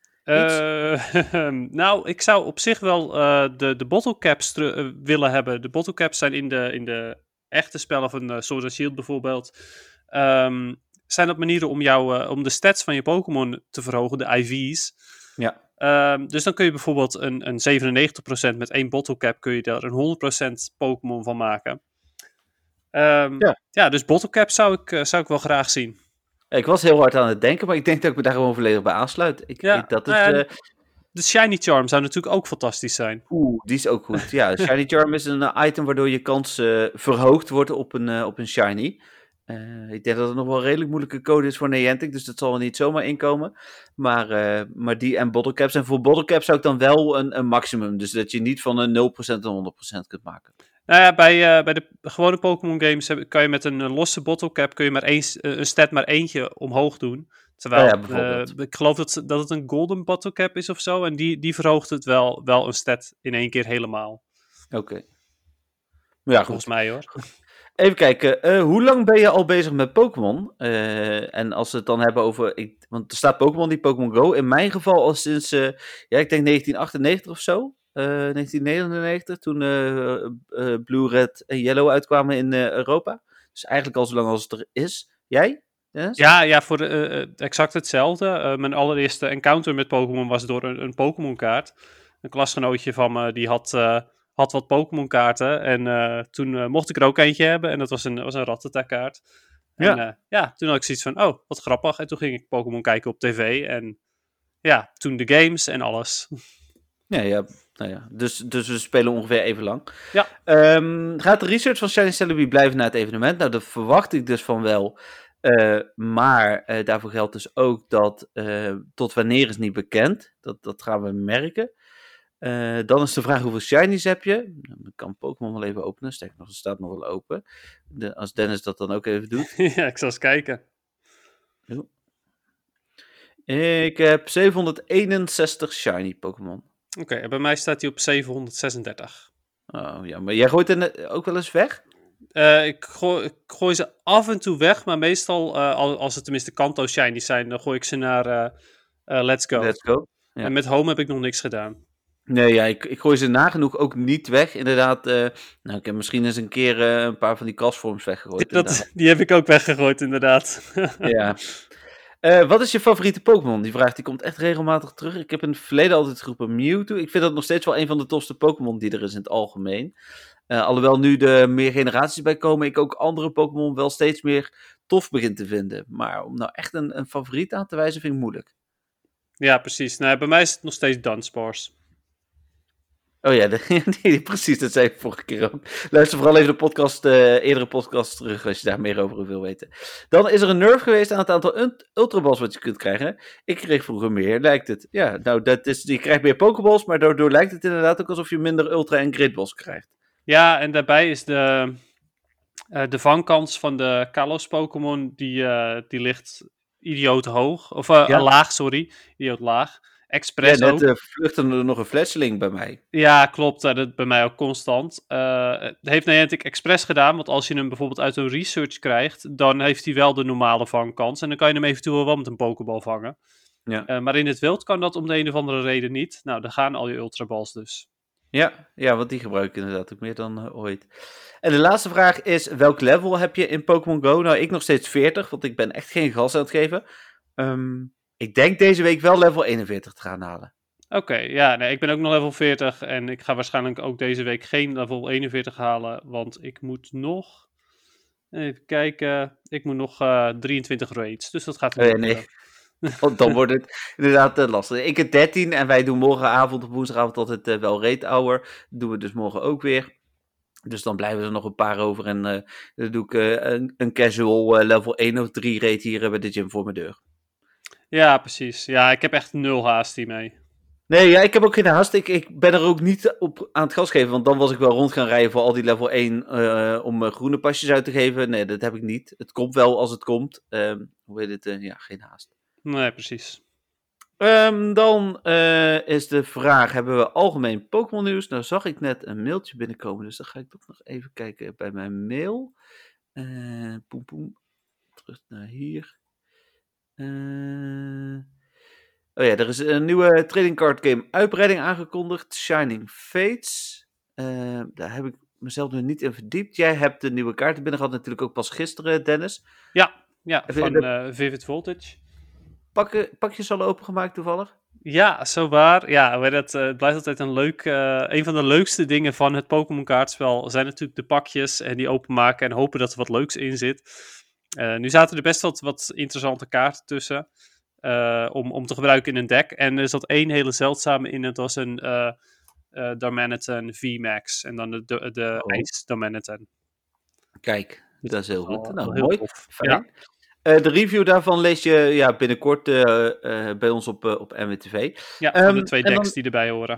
Nou, ik zou op zich wel de bottle caps willen hebben. De bottle caps zijn in de echte spellen van Sword and Shield bijvoorbeeld. Zijn dat manieren om de stats van je Pokémon te verhogen, de IV's. Ja. Dus dan kun je bijvoorbeeld een 97% met 1 bottle cap kun je daar een 100% Pokémon van maken. Dus bottle cap zou ik wel graag zien. Ik was heel hard aan het denken, maar ik denk dat ik me daar gewoon volledig bij aansluit. De Shiny Charm zou natuurlijk ook fantastisch zijn. Die is ook goed. Ja, Shiny Charm is een item waardoor je kans verhoogd wordt op een Shiny. Ik denk dat het nog wel een redelijk moeilijke code is voor Niantic, dus dat zal er niet zomaar inkomen. Maar die en bottle caps. En voor bottle caps zou ik dan wel een maximum, dus dat je niet van een 0% en 100% kunt maken. Nou ja, bij de gewone Pokémon games kan je met een losse bottle cap kun je maar een stat maar eentje omhoog doen. Terwijl, bijvoorbeeld. ik geloof dat het een golden bottle cap is of zo. En die verhoogt het wel een stat in één keer helemaal. Oké. Ja, volgens mij hoor. Even kijken, hoe lang ben je al bezig met Pokémon? En als we het dan hebben over... want er staat Pokémon, die Pokémon Go. In mijn geval al sinds, ik denk 1998 of zo. 1999, toen Blue, Red en Yellow uitkwamen in Europa. Dus eigenlijk al zo lang als het er is. Jij? Yes? Ja, voor exact hetzelfde. Mijn allereerste encounter met Pokémon was door een Pokémon kaart. Een klasgenootje van me, die had wat Pokémon kaarten. En toen mocht ik er ook eentje hebben. En dat was een Rattata kaart. En toen had ik zoiets van, oh, wat grappig. En toen ging ik Pokémon kijken op tv. En ja, toen de games en alles. Ja. Nou ja, dus we spelen ongeveer even lang. Ja. Gaat de research van Shiny Celebi blijven na het evenement? Nou, dat verwacht ik dus van wel. Maar daarvoor geldt dus ook dat tot wanneer is niet bekend. Dat gaan we merken. Dan is de vraag hoeveel shinies heb je? Ik kan Pokémon wel even openen. Sterker nog, het staat nog wel open. Als Dennis dat dan ook even doet. Ja, ik zal eens kijken. Ik heb 761 shiny Pokémon. Oké, bij mij staat hij op 736. Oh ja, maar jij gooit er ook wel eens weg? Ik gooi ze af en toe weg, maar meestal, als het tenminste Kanto shinies zijn, dan gooi ik ze naar Let's Go. Let's Go. Ja. En met Home heb ik nog niks gedaan. Nee, ja, ik gooi ze nagenoeg ook niet weg. Inderdaad, ik heb misschien eens een keer een paar van die kastvorms weggegooid. Die heb ik ook weggegooid, inderdaad. Ja. Wat is je favoriete Pokémon? Die vraag die komt echt regelmatig terug. Ik heb in het verleden altijd geroepen Mewtwo. Ik vind dat nog steeds wel een van de tofste Pokémon die er is in het algemeen. Alhoewel nu er meer generaties bij komen, ik ook andere Pokémon wel steeds meer tof begin te vinden. Maar om nou echt een favoriet aan te wijzen vind ik moeilijk. Ja, precies. Nou, bij mij is het nog steeds Dunsparce. Oh ja, nee, precies, dat zei ik vorige keer ook. Luister vooral even de eerdere podcast terug als je daar meer over wil weten. Dan is er een nerf geweest aan het aantal ultraballs wat je kunt krijgen. Ik kreeg vroeger meer, lijkt het. Ja, nou, je krijgt meer pokeballs, maar daardoor lijkt het inderdaad ook alsof je minder ultra en great balls krijgt. Ja, en daarbij is de vangkans van de Kalos Pokémon, die ligt idioot hoog. Of laag, sorry. Idioot laag. Expres net ook. vluchtte er nog een Fletchling bij mij. Ja, klopt. Dat bij mij ook constant. Heeft Niantic expres gedaan, want als je hem bijvoorbeeld uit een research krijgt, dan heeft hij wel de normale vangkans. En dan kan je hem eventueel wel met een pokeball vangen. Ja. Maar in het wild kan dat om de een of andere reden niet. Nou, dan gaan al je ultraballs dus. Ja, want die gebruik ik inderdaad ook meer dan ooit. En de laatste vraag is, welk level heb je in Pokémon Go? Nou, ik nog steeds 40, want ik ben echt geen gas aan het geven. Ik denk deze week wel level 41 te gaan halen. Oké, ja, nee, ik ben ook nog level 40 en ik ga waarschijnlijk ook deze week geen level 41 halen, want ik moet nog, even kijken, ik moet nog 23 raids, dus dat gaat niet nee. Want dan wordt het inderdaad lastig. Ik heb 13 en wij doen morgenavond of woensdagavond altijd wel raid hour. Dat doen we dus morgen ook weer. Dus dan blijven er nog een paar over en dan doe ik een casual level 1 of 3 raid hier bij de gym voor mijn deur. Ja, precies. Ja, ik heb echt 0 haast hiermee. Nee, ja, ik heb ook geen haast. Ik ben er ook niet op aan het gas geven, want dan was ik wel rond gaan rijden voor al die level 1 om groene pasjes uit te geven. Nee, dat heb ik niet. Het komt wel als het komt. Hoe heet het? Ja, geen haast. Nee, precies. Dan is de vraag, hebben we algemeen Pokémon nieuws? Nou zag ik net een mailtje binnenkomen, dus dan ga ik toch nog even kijken bij mijn mail. Terug naar hier. Oh ja, er is een nieuwe trading card game uitbreiding aangekondigd. Shining Fates. Daar heb ik mezelf nog niet in verdiept. Jij hebt de nieuwe kaarten binnen gehad, natuurlijk ook pas gisteren, Dennis. Ja van Vivid Voltage. Pakjes al opengemaakt toevallig? Ja, zo waar. Ja, het blijft altijd een van de leukste dingen van het Pokémon kaartspel zijn natuurlijk de pakjes en die openmaken en hopen dat er wat leuks in zit. Nu zaten er best wat interessante kaarten tussen om te gebruiken in een deck. En er zat één hele zeldzame in, het was een Darmanitan VMAX en dan de Ice Darmanitan. Kijk, dat is heel goed. Nou, heel mooi. tof. Fijn. Ja. De review daarvan lees je binnenkort bij ons op NWTV. Ja, van de 2 decks die erbij horen.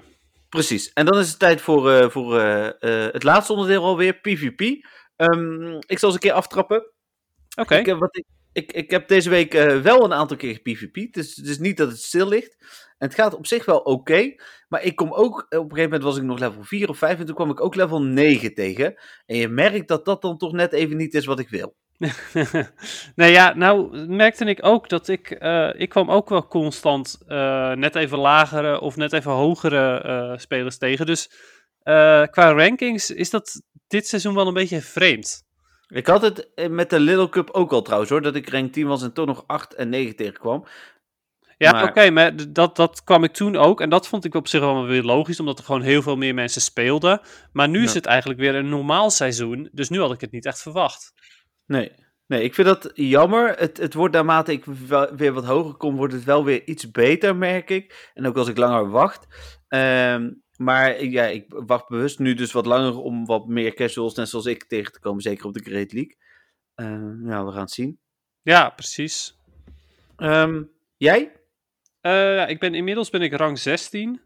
Precies. En dan is het tijd voor het laatste onderdeel alweer, PvP. Ik zal eens een keer aftrappen. Oké. Ik heb deze week wel een aantal keer PvP. Dus het is niet dat het stil ligt. En het gaat op zich wel oké. Maar ik kom ook, op een gegeven moment was ik nog level 4 of 5. En toen kwam ik ook level 9 tegen. En je merkt dat dat dan toch net even niet is wat ik wil. Nee, ja, nou merkte ik ook dat ik kwam ook wel constant net even lagere of net even hogere spelers tegen. Dus qua rankings is dat dit seizoen wel een beetje vreemd. Ik had het met de Little Cup ook al trouwens hoor. Dat ik rank 10 was en toch nog 8 en 9 tegenkwam. Ja, Maar- oké, maar dat kwam ik toen ook. En dat vond ik op zich wel weer logisch, omdat er gewoon heel veel meer mensen speelden. Maar nu is Ja. het eigenlijk weer een normaal seizoen. Dus nu had ik het niet echt verwacht. Nee, ik vind dat jammer. Het wordt naarmate ik weer wat hoger kom, wordt het wel weer iets beter, merk ik. En ook als ik langer wacht. Maar ja, ik wacht bewust nu dus wat langer om wat meer casuals, net zoals ik, tegen te komen. Zeker op de Great League. Ja, we gaan het zien. Ja, precies. Jij? Inmiddels ben ik rang 16.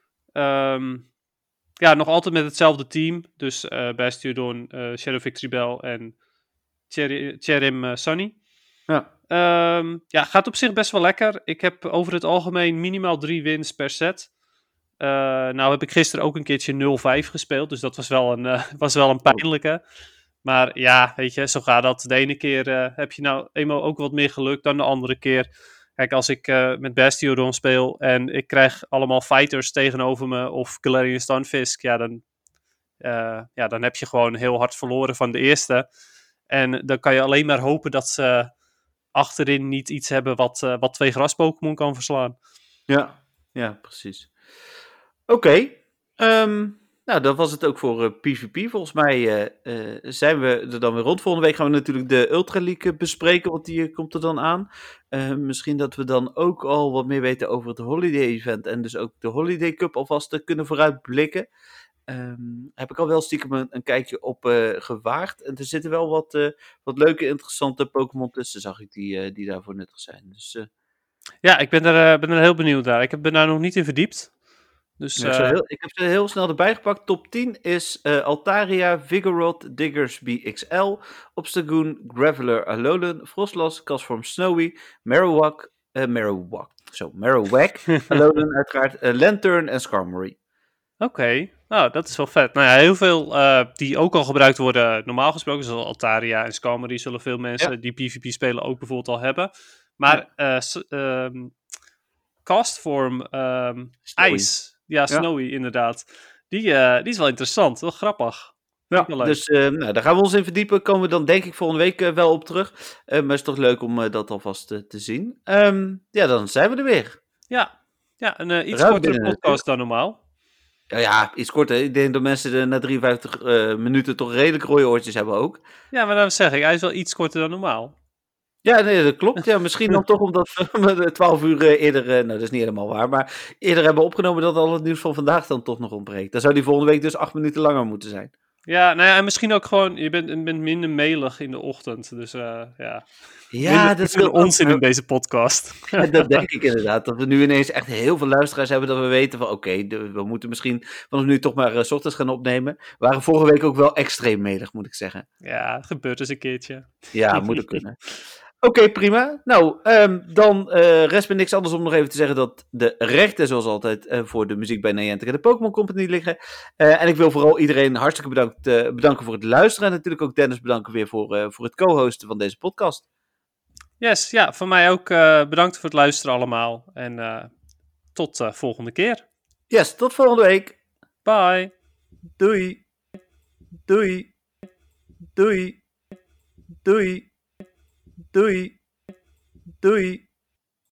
Ja, nog altijd met hetzelfde team. Dus Bastiodon, Shadow Victory Bell en Cherim Sunny. Ja. Gaat op zich best wel lekker. Ik heb over het algemeen minimaal 3 wins per set. Nou heb ik gisteren ook een keertje 0-5 gespeeld. Dus dat was wel een pijnlijke. Maar ja, weet je, zo gaat dat. De ene keer heb je nou eenmaal ook wat meer geluk dan de andere keer. Kijk, als ik met Bastiodon speel en ik krijg allemaal fighters tegenover me of Galarian Stunfisk, dan heb je gewoon heel hard verloren van de eerste. En dan kan je alleen maar hopen dat ze achterin niet iets hebben wat 2 gras-Pokémon kan verslaan. Ja, precies. Oké. Nou, dat was het ook voor PvP. Volgens mij zijn we er dan weer rond. Volgende week gaan we natuurlijk de Ultra League bespreken, want die komt er dan aan. Misschien dat we dan ook al wat meer weten over het Holiday Event en dus ook de Holiday Cup alvast kunnen vooruitblikken. Heb ik al wel stiekem een kijkje op gewaagd. En er zitten wel wat leuke, interessante Pokémon tussen, zag ik, die daarvoor nuttig zijn. Dus, Ja, ik ben er heel benieuwd naar. Ik ben daar nog niet in verdiept. Dus, ik heb ze heel snel erbij gepakt. Top 10 is Altaria, Vigoroth, Diggersby XL, Obstagoon, Graveler, Alolan, Frostlass, Castform Snowy, Marowak, Alolan uiteraard, Lantern en Skarmory. Oké, nou, dat is wel vet. Nou ja, heel veel die ook al gebruikt worden, normaal gesproken, zoals Altaria en Skarmory, zullen veel mensen die PvP spelen ook bijvoorbeeld al hebben. Maar Castform IJs, Snowy inderdaad, die is wel interessant, wel grappig. Ja, dus daar gaan we ons in verdiepen. Komen we dan denk ik volgende week wel op terug. Maar het is toch leuk om dat alvast te zien. Dan zijn we er weer. Ja, een iets kortere podcast dan normaal. Ja, iets korter. Ik denk dat mensen na 53 minuten toch redelijk rode oortjes hebben ook. Ja, maar dan zeg ik, hij is wel iets korter dan normaal. Ja, nee, dat klopt. Ja, misschien dan toch omdat we 12 uur eerder, nou dat is niet helemaal waar, maar eerder hebben opgenomen dat al het nieuws van vandaag dan toch nog ontbreekt. Dan zou die volgende week dus 8 minuten langer moeten zijn. Ja, nou ja, en misschien ook gewoon, je bent minder melig in de ochtend, dus ja. Ja, dat is wel onzin in deze podcast. Ja, dat denk ik inderdaad, dat we nu ineens echt heel veel luisteraars hebben, dat we weten van oké, we moeten misschien vanaf nu toch maar 's ochtends gaan opnemen. We waren vorige week ook wel extreem melig, moet ik zeggen. Ja, het gebeurt eens een keertje. Ja, moet het kunnen. Oké, prima. Nou, dan rest me niks anders om nog even te zeggen dat de rechten, zoals altijd, voor de muziek bij Niantic en de Pokémon Company liggen. En ik wil vooral iedereen hartstikke bedanken voor het luisteren. En natuurlijk ook Dennis bedanken weer voor het co-hosten van deze podcast. Yes, ja, van mij ook bedankt voor het luisteren allemaal. En tot volgende keer. Yes, tot volgende week. Bye. Doei. Doei. Doei. Doei. Doei. Doei.